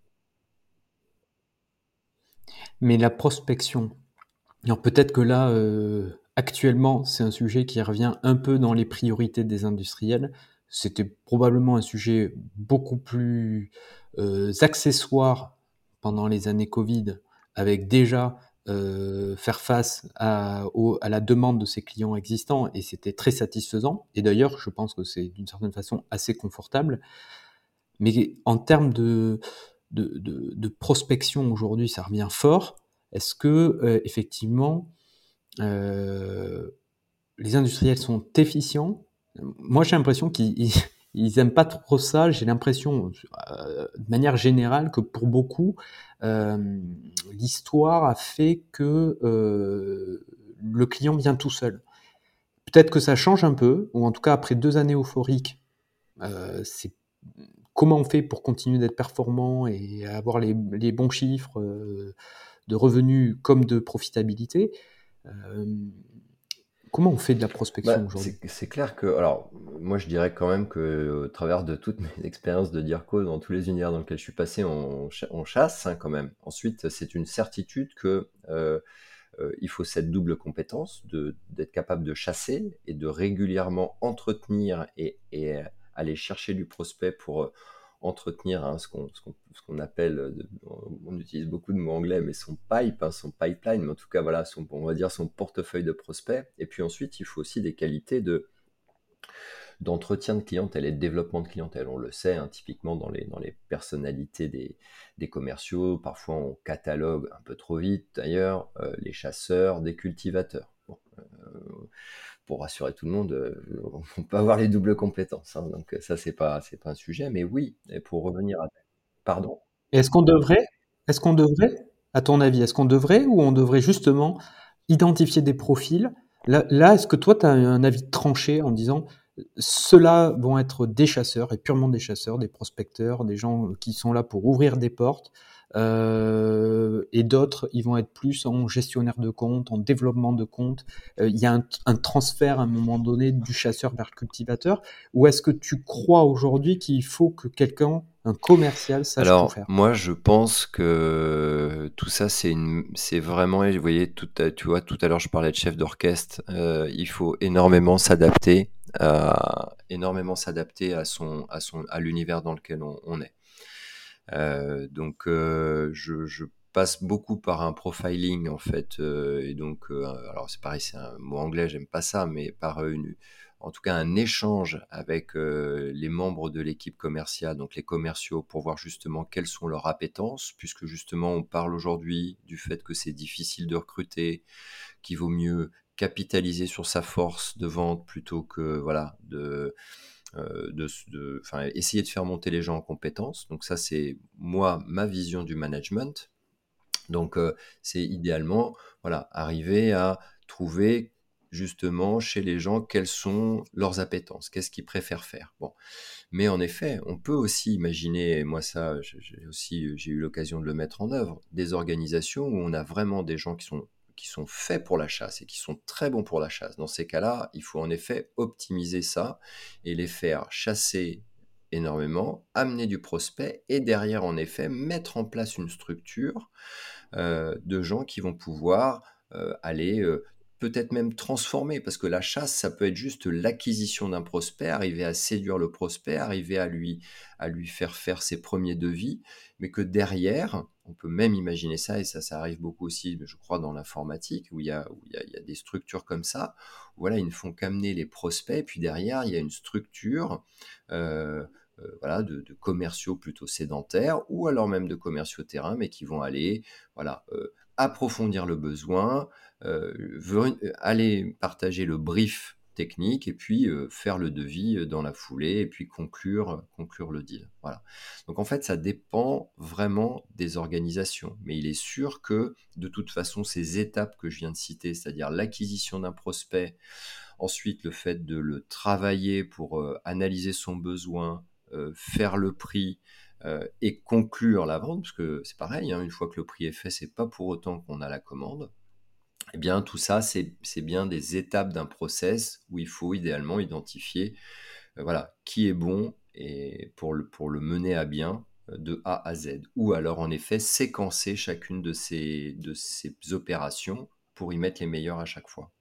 Mais la prospection, alors peut-être que là, actuellement, c'est un sujet qui revient un peu dans les priorités des industriels. C'était probablement un sujet beaucoup plus accessoire pendant les années Covid, avec déjà faire face à la demande de ses clients existants, et c'était très satisfaisant. Et d'ailleurs, je pense que c'est d'une certaine façon assez confortable. Mais en termes de prospection aujourd'hui, ça revient fort. Est-ce que effectivement euh, les industriels sont efficients? Moi, j'ai l'impression qu'ils ils aiment pas trop ça. J'ai l'impression, de manière générale, que pour beaucoup, euh, l'histoire a fait que le client vient tout seul. Peut-être que ça change un peu, ou en tout cas après 2 années euphoriques, c'est comment on fait pour continuer d'être performant et avoir les bons chiffres de revenus comme de profitabilité. Euh, Comment on fait de la prospection Bah, aujourd'hui? c'est clair que, alors, moi je dirais quand même que, au travers de toutes mes expériences de DIRCO dans tous les univers dans lesquels je suis passé, on chasse hein, quand même. Ensuite, c'est une certitude que il faut cette double compétence d'être capable de chasser et de régulièrement entretenir et aller chercher du prospect pour entretenir hein, ce qu'on appelle, on utilise beaucoup de mots anglais, mais son pipe, hein, son pipeline, mais en tout cas, voilà, on va dire son portefeuille de prospects. Et puis ensuite, il faut aussi des qualités d'entretien de clientèle et de développement de clientèle. On le sait, hein, typiquement dans les personnalités des commerciaux, parfois on catalogue un peu trop vite d'ailleurs les chasseurs des cultivateurs. Bon, pour rassurer tout le monde, on peut avoir les doubles compétences, hein, donc ça c'est pas un sujet, mais oui, et pour revenir à... Pardon? Et est-ce qu'on devrait, à ton avis, est-ce qu'on devrait ou on devrait justement identifier des profils? Là, est-ce que toi, tu as un avis tranché en disant ceux-là vont être des chasseurs et purement des chasseurs, des prospecteurs, des gens qui sont là pour ouvrir des portes, et d'autres, ils vont être plus en gestionnaire de compte, en développement de compte. Il y a un transfert à un moment donné du chasseur vers le cultivateur. Ou est-ce que tu crois aujourd'hui qu'il faut que quelqu'un, un commercial, sache tout Alors, faire? moi, je pense que tout ça, c'est vraiment, et vous voyez, tu vois, tout à l'heure, je parlais de chef d'orchestre. Il faut énormément s'adapter à l'univers dans lequel on est. Donc, je passe beaucoup par un profiling en fait, et donc, alors c'est pareil, c'est un mot anglais, j'aime pas ça, mais en tout cas un échange avec les membres de l'équipe commerciale, donc les commerciaux, pour voir justement quelles sont leurs appétences, puisque justement on parle aujourd'hui du fait que c'est difficile de recruter, qu'il vaut mieux capitaliser sur sa force de vente plutôt que voilà enfin, essayer de faire monter les gens en compétences. Donc ça, c'est moi, ma vision du management. Donc c'est idéalement, voilà, arriver à trouver justement chez les gens quelles sont leurs appétences, qu'est-ce qu'ils préfèrent faire. Bon, mais en effet, on peut aussi imaginer, et moi ça, j'ai eu l'occasion de le mettre en œuvre, des organisations où on a vraiment des gens qui sont faits pour la chasse et qui sont très bons pour la chasse. Dans ces cas-là, il faut en effet optimiser ça et les faire chasser énormément, amener du prospect et derrière, en effet, mettre en place une structure de gens qui vont pouvoir aller peut-être même transformer, parce que la chasse, ça peut être juste l'acquisition d'un prospect, arriver à séduire le prospect, arriver à lui faire ses premiers devis, mais que derrière, on peut même imaginer ça, et ça arrive beaucoup aussi, je crois, dans l'informatique, où il y a des structures comme ça, où voilà, ils ne font qu'amener les prospects, et puis derrière, il y a une structure voilà, de commerciaux plutôt sédentaires, ou alors même de commerciaux terrain, mais qui vont aller voilà, approfondir le besoin, aller partager le brief technique et puis faire le devis dans la foulée et puis conclure le deal. Voilà. Donc en fait, ça dépend vraiment des organisations. Mais il est sûr que de toute façon, ces étapes que je viens de citer, c'est-à-dire l'acquisition d'un prospect, ensuite le fait de le travailler pour analyser son besoin, faire le prix, et conclure la vente, parce que c'est pareil, hein, une fois que le prix est fait, c'est pas pour autant qu'on a la commande. Eh bien, tout ça, c'est bien des étapes d'un process où il faut idéalement identifier, voilà, qui est bon et pour le mener à bien de A à Z. Ou alors, en effet, séquencer chacune de ces opérations pour y mettre les meilleures à chaque fois.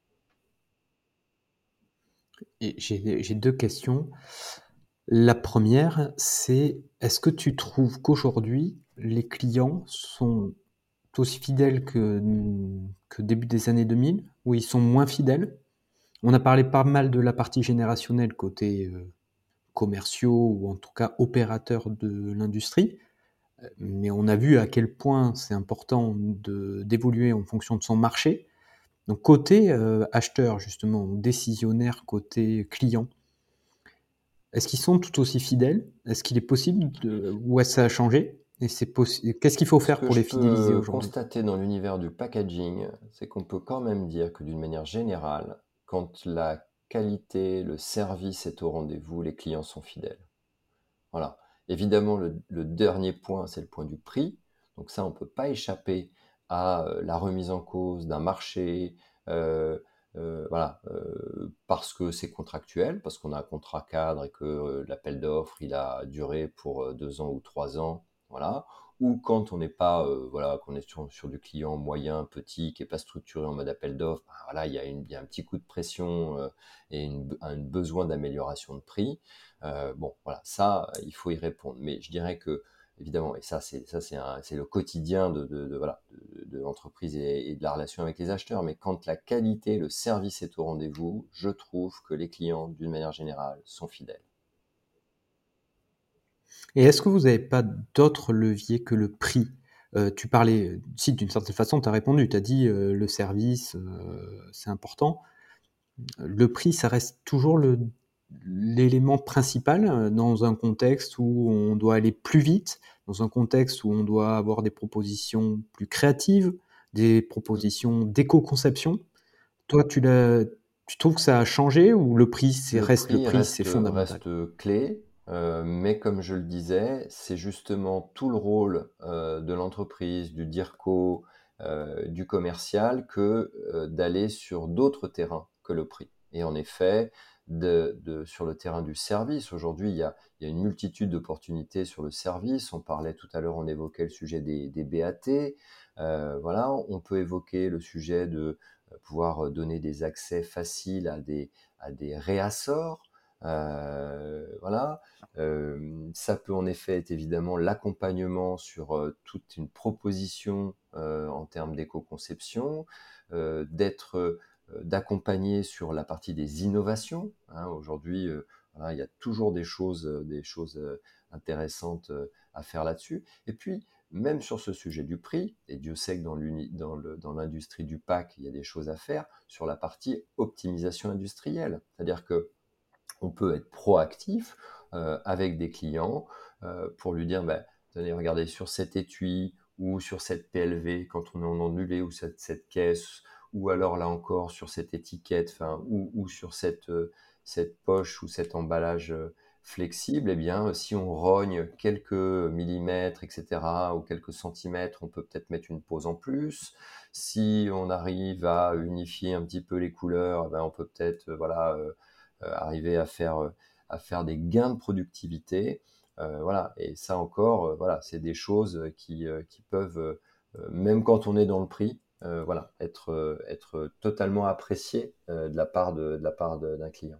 Et j'ai deux questions. La première, c'est est-ce que tu trouves qu'aujourd'hui, les clients sont aussi fidèles que début des années 2000, ou ils sont moins fidèles? On a parlé pas mal de la partie générationnelle côté commerciaux ou en tout cas opérateurs de l'industrie, mais on a vu à quel point c'est important d'évoluer en fonction de son marché. Donc côté acheteur, justement, décisionnaire, côté client, est-ce qu'ils sont tout aussi fidèles? Est-ce qu'il est possible ou est-ce que ça a changé? Et qu'est-ce qu'il faut Ce faire que pour je les fidéliser peux aujourd'hui? constater dans l'univers du packaging, c'est qu'on peut quand même dire que d'une manière générale, quand la qualité, le service est au rendez-vous, les clients sont fidèles. Voilà. Évidemment, le dernier point, c'est le point du prix. Donc ça, on ne peut pas échapper à la remise en cause d'un marché, euh, voilà, parce que c'est contractuel, parce qu'on a un contrat cadre et que l'appel d'offres, il a duré pour 2 ans ou 3 ans, voilà. Ou quand on n'est pas, voilà, qu'on est sur du client moyen, petit, qui n'est pas structuré en mode appel d'offres, ben voilà, il y a un petit coup de pression et un besoin d'amélioration de prix. Bon, voilà, ça, il faut y répondre. Mais je dirais que, évidemment, et c'est le quotidien voilà, de l'entreprise et de la relation avec les acheteurs. Mais quand la qualité, le service est au rendez-vous, je trouve que les clients, d'une manière générale, sont fidèles. Et est-ce que vous n'avez pas d'autres leviers que le prix? Tu parlais, si d'une certaine façon, tu as répondu, tu as dit le service, c'est important. Le prix, ça reste toujours l'élément principal dans un contexte où on doit aller plus vite, dans un contexte où on doit avoir des propositions plus créatives, des propositions d'éco-conception. Toi, tu trouves que ça a changé ou le prix, Le reste le prix prix, c'est reste, fondamental? reste clé, mais comme je le disais, c'est justement tout le rôle de l'entreprise, du DIRCO, du commercial que d'aller sur d'autres terrains que le prix. Et en effet, sur le terrain du service, aujourd'hui, il y a une multitude d'opportunités sur le service. On parlait tout à l'heure, on évoquait le sujet des BAT. Voilà, on peut évoquer le sujet de pouvoir donner des accès faciles à des réassorts. Voilà. Ça peut en effet être évidemment l'accompagnement sur toute une proposition en termes d'éco-conception, d'accompagner sur la partie des innovations. Hein. Aujourd'hui, voilà, il y a toujours des choses intéressantes à faire là-dessus. Et puis, même sur ce sujet du prix, et Dieu sait que dans l'industrie du pack, il y a des choses à faire sur la partie optimisation industrielle. C'est-à-dire que on peut être proactif avec des clients pour lui dire, bah, tenez, regardez, sur cet étui ou sur cette PLV, quand on est en ondulé, ou cette caisse, ou alors là encore sur cette étiquette, ou sur cette poche ou cet emballage flexible, eh bien, si on rogne quelques millimètres, etc., ou quelques centimètres, on peut peut-être mettre une pause en plus. Si on arrive à unifier un petit peu les couleurs, eh ben, on peut peut-être arriver à faire des gains de productivité. Voilà. Et ça encore, voilà, c'est des choses qui peuvent, même quand on est dans le prix, voilà, être totalement appréciées de la part d'un client.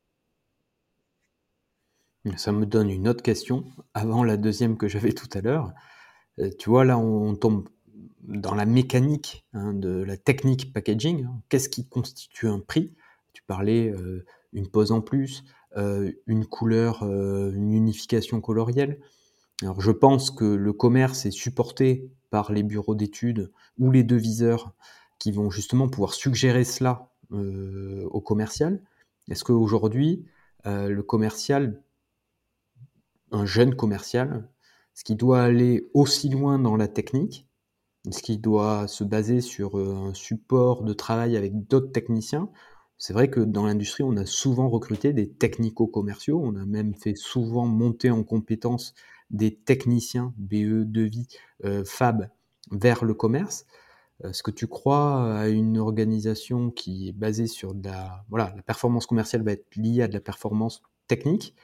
Ça me donne une autre question, avant la deuxième que j'avais tout à l'heure. Tu vois, là, on tombe dans la mécanique de la technique packaging. Qu'est-ce qui constitue un prix? Tu parlais une pose en plus, une couleur, une unification colorielle. Alors, je pense que le commerce est supporté par les bureaux d'études ou les deviseurs qui vont justement pouvoir suggérer cela au commercial. Est-ce qu'aujourd'hui, le commercial, un jeune commercial, est-ce qu'il doit aller aussi loin dans la technique? Est-ce qu'il doit se baser sur un support de travail avec d'autres techniciens? C'est vrai que dans l'industrie, on a souvent recruté des technico-commerciaux, on a même fait souvent monter en compétences des techniciens BE, devis, Fab vers le commerce. Est-ce que tu crois à une organisation qui est basée sur la performance commerciale va être liée à de la performance technique,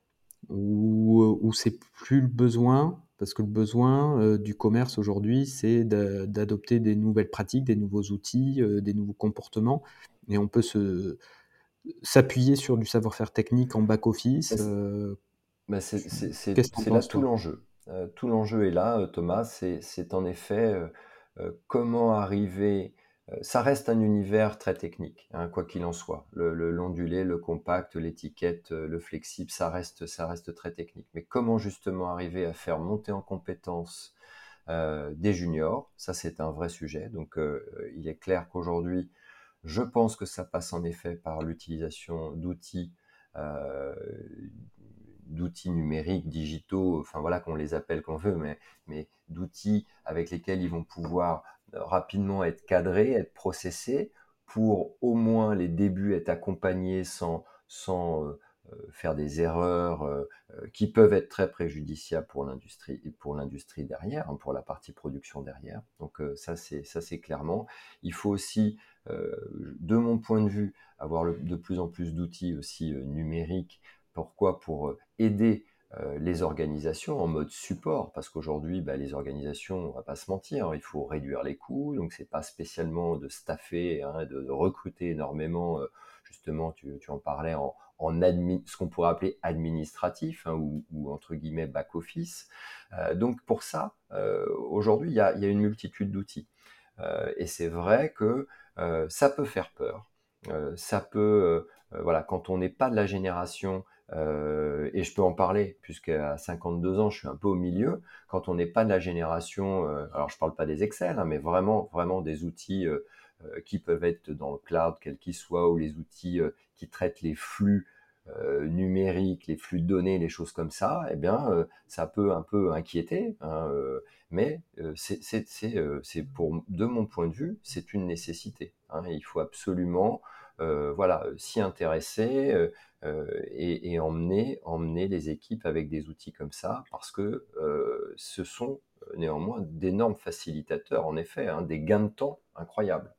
ou c'est plus le besoin, parce que le besoin du commerce aujourd'hui, c'est d'adopter des nouvelles pratiques, des nouveaux outils, des nouveaux comportements, et on peut s'appuyer sur du savoir-faire technique en back-office. Bah, Qu'est-ce que tu en c'est là penses, tout toi? l'enjeu. Tout l'enjeu est là, Thomas, c'est en effet comment arriver. Ça reste un univers très technique, hein, quoi qu'il en soit. L'ondulé, le compact, l'étiquette, le flexible, ça reste très technique. Mais comment justement arriver à faire monter en compétence des juniors, ça c'est un vrai sujet. Donc il est clair qu'aujourd'hui, je pense que ça passe en effet par l'utilisation euh, d'outils numériques, digitaux, enfin voilà qu'on les appelle qu'on veut, mais d'outils avec lesquels ils vont pouvoir rapidement être cadrés, être processés, pour au moins les débuts être accompagnés sans faire des erreurs qui peuvent être très préjudiciables pour l'industrie derrière, hein, pour la partie production derrière. Donc ça c'est clairement. Il faut aussi, de mon point de vue, avoir de plus en plus d'outils aussi numériques. Pourquoi? Pour aider les organisations en mode support, parce qu'aujourd'hui, bah, les organisations, on va pas se mentir, hein, il faut réduire les coûts, donc c'est pas spécialement de staffer, hein, de recruter énormément, justement, tu en parlais ce qu'on pourrait appeler administratif, hein, ou entre guillemets back-office. Donc pour ça, aujourd'hui, il y a une multitude d'outils. Et c'est vrai que ça peut faire peur. Ça peut, voilà, quand on n'est pas de la génération, et je peux en parler, puisqu'à 52 ans, je suis un peu au milieu, quand on n'est pas de la génération, alors je ne parle pas des Excel, hein, mais vraiment, vraiment des outils qui peuvent être dans le cloud, quel qu'il soit, ou les outils qui traitent les flux numériques, les flux de données, les choses comme ça, eh bien, ça peut un peu inquiéter, hein, mais de mon point de vue, c'est une nécessité, hein. Il faut absolument voilà, s'y intéresser et emmener les équipes avec des outils comme ça, parce que ce sont néanmoins d'énormes facilitateurs, en effet, hein, des gains de temps incroyables.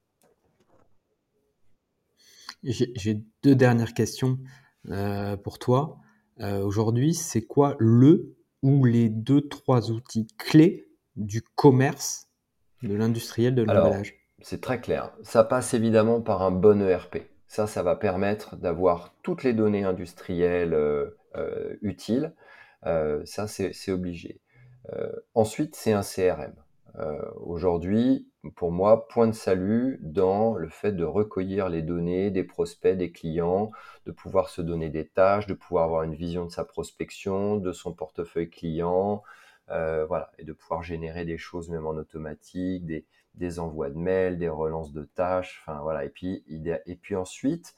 J'ai deux dernières questions pour toi. Aujourd'hui, c'est quoi ou les deux, trois outils clés du commerce de l'industriel de Alors, l'emballage? c'est très clair. Ça passe évidemment par un bon ERP. Ça va permettre d'avoir toutes les données industrielles utiles. Ça, c'est obligé. Ensuite, c'est un CRM. Aujourd'hui, pour moi, point de salut dans le fait de recueillir les données des prospects, des clients, de pouvoir se donner des tâches, de pouvoir avoir une vision de sa prospection, de son portefeuille client, voilà, et de pouvoir générer des choses même en automatique, des envois de mails, des relances de tâches, enfin voilà. Et puis ensuite,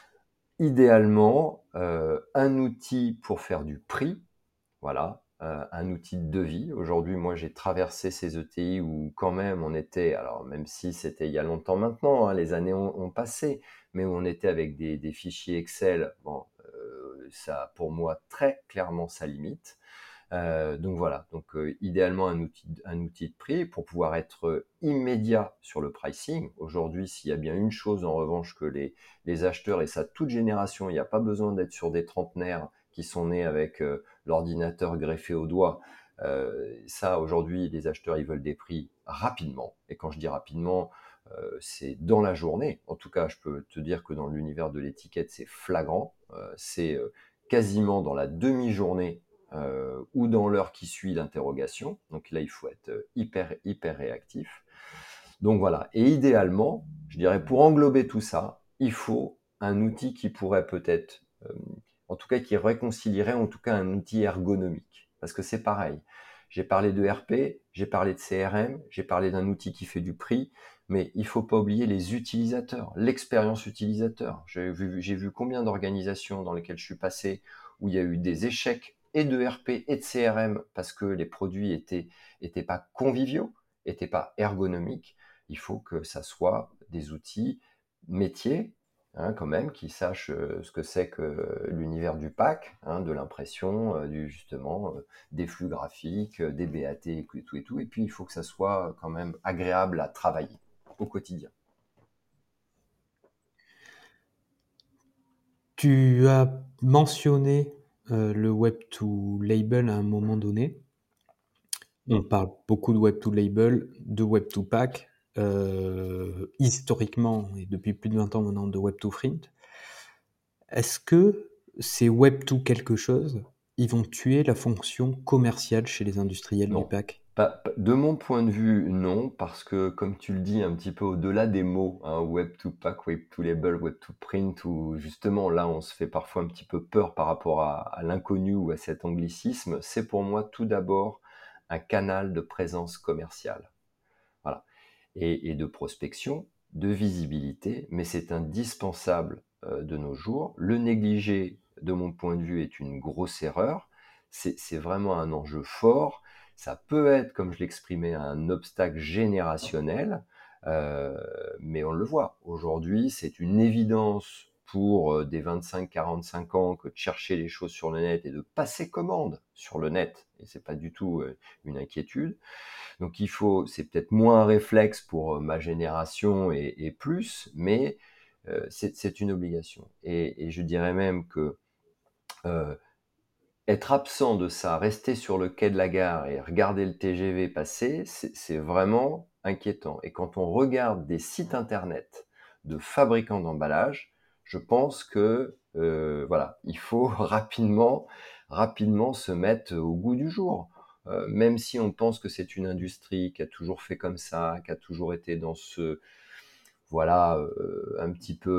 idéalement, un outil pour faire du prix, voilà, un outil de devis. Aujourd'hui, moi, j'ai traversé ces ETI où quand même on était, alors même si c'était il y a longtemps maintenant, hein, les années ont passé, mais où on était avec des fichiers Excel. Bon, ça, pour moi, très clairement, ça limite. Donc voilà, donc idéalement un outil de prix pour pouvoir être immédiat sur le pricing. Aujourd'hui, s'il y a bien une chose en revanche que les acheteurs, et ça toute génération, il n'y a pas besoin d'être sur des trentenaires qui sont nés avec l'ordinateur greffé au doigt. Ça, aujourd'hui, les acheteurs, ils veulent des prix rapidement. Et quand je dis rapidement, c'est dans la journée. En tout cas, je peux te dire que dans l'univers de l'étiquette, c'est flagrant. C'est quasiment dans la demi-journée ou dans l'heure qui suit l'interrogation. Donc là, il faut être hyper réactif. Donc voilà. Et idéalement, je dirais, pour englober tout ça, il faut un outil qui pourrait peut-être, en tout cas, qui réconcilierait, en tout cas, un outil ergonomique. Parce que c'est pareil. J'ai parlé de RP, j'ai parlé de CRM, j'ai parlé d'un outil qui fait du prix, mais il faut pas oublier les utilisateurs, l'expérience utilisateur. J'ai vu combien d'organisations dans lesquelles je suis passé où il y a eu des échecs et de RP et de CRM parce que les produits étaient pas conviviaux, étaient pas ergonomiques. Il faut que ça soit des outils métiers, hein, quand même, qui sachent ce que c'est que l'univers du pack, hein, de l'impression, justement, des flux graphiques, des BAT et tout et tout. Et puis, il faut que ça soit quand même agréable à travailler au quotidien. Tu as mentionné le Web to Label à un moment donné. On parle beaucoup de Web to Label, de Web to Pack, historiquement et depuis plus de 20 ans maintenant de Web to Print. Est-ce que ces Web to quelque chose, ils vont tuer la fonction commerciale chez les industriels du Non. pack? De mon point de vue, non, parce que comme tu le dis un petit peu au-delà des mots, hein, web to pack, web to label, web to print, où justement là on se fait parfois un petit peu peur par rapport à l'inconnu ou à cet anglicisme, c'est pour moi tout d'abord un canal de présence commerciale. Voilà. Et de prospection, de visibilité, mais c'est indispensable de nos jours. Le négliger, de mon point de vue, est une grosse erreur. C'est vraiment un enjeu fort. Ça peut être, comme je l'exprimais, un obstacle générationnel, euh, mais on le voit. Aujourd'hui, c'est une évidence pour des 25-45 ans que de chercher les choses sur le net et de passer commande sur le net. Et c'est pas du tout une inquiétude. Donc c'est peut-être moins un réflexe pour ma génération et plus, mais c'est une obligation. Et je dirais même que euh, être absent de ça, rester sur le quai de la gare et regarder le TGV passer, c'est vraiment inquiétant. Et quand on regarde des sites internet de fabricants d'emballage, je pense que voilà, il faut rapidement se mettre au goût du jour. Même si on pense que c'est une industrie qui a toujours fait comme ça, qui a toujours été dans ce, voilà, un petit peu,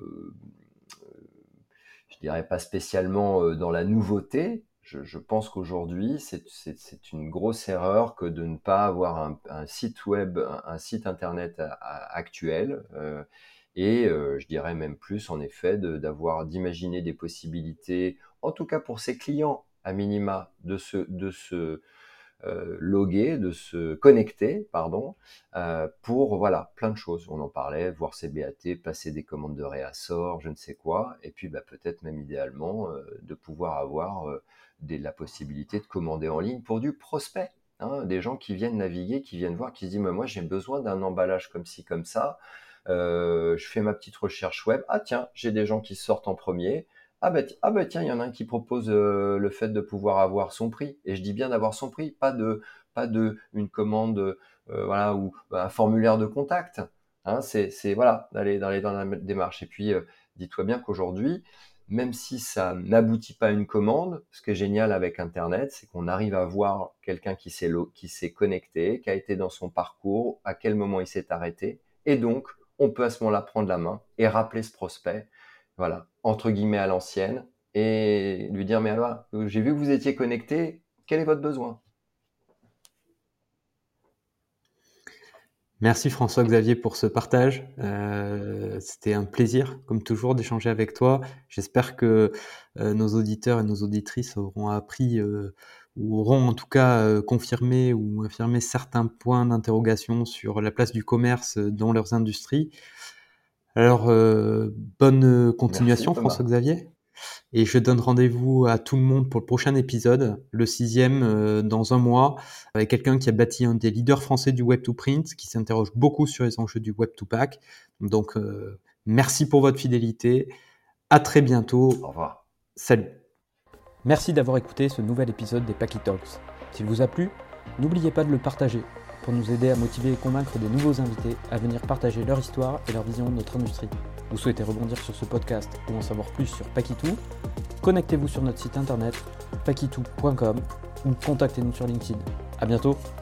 je dirais pas spécialement dans la nouveauté. Je pense qu'aujourd'hui, c'est une grosse erreur que de ne pas avoir un site web, un site internet actuel Et je dirais même plus, en effet, d'imaginer des possibilités, en tout cas pour ses clients, à minima, de se loguer, de se connecter, pardon, pour voilà, plein de choses. On en parlait, voir ses BAT, passer des commandes de réassort, je ne sais quoi, et puis peut-être même idéalement de pouvoir avoir la possibilité de commander en ligne pour du prospect. Hein, des gens qui viennent naviguer, qui viennent voir, qui se disent moi j'ai besoin d'un emballage comme ci, comme ça. Je fais ma petite recherche web. Ah tiens, j'ai des gens qui sortent en premier. Ah bah tiens, il y en a un qui propose le fait de pouvoir avoir son prix. Et je dis bien d'avoir son prix, pas de une commande, voilà, ou un formulaire de contact. Hein, c'est voilà, d'aller dans la démarche. Et puis, dis-toi bien qu'aujourd'hui, même si ça n'aboutit pas à une commande, ce qui est génial avec Internet, c'est qu'on arrive à voir quelqu'un qui s'est connecté, qui a été dans son parcours, à quel moment il s'est arrêté. Et donc, on peut à ce moment-là prendre la main et rappeler ce prospect, voilà, entre guillemets à l'ancienne, et lui dire, mais alors, j'ai vu que vous étiez connecté, quel est votre besoin? Merci François-Xavier pour ce partage. C'était un plaisir, comme toujours, d'échanger avec toi. J'espère que nos auditeurs et nos auditrices auront appris ou auront en tout cas confirmé ou affirmé certains points d'interrogation sur la place du commerce dans leurs industries. Alors, bonne Merci continuation Thomas. François-Xavier. Et je donne rendez-vous à tout le monde pour le prochain épisode, le 6e, dans un mois, avec quelqu'un qui a bâti un des leaders français du Web2Print, qui s'interroge beaucoup sur les enjeux du Web2Pack. Donc, merci pour votre fidélité. À très bientôt. Au revoir. Salut. Merci d'avoir écouté ce nouvel épisode des Packy Talks. S'il vous a plu, n'oubliez pas de le partager pour nous aider à motiver et convaincre des nouveaux invités à venir partager leur histoire et leur vision de notre industrie. Vous souhaitez rebondir sur ce podcast ou en savoir plus sur Paquitou? Connectez-vous sur notre site internet paquitou.com ou contactez-nous sur LinkedIn. À bientôt.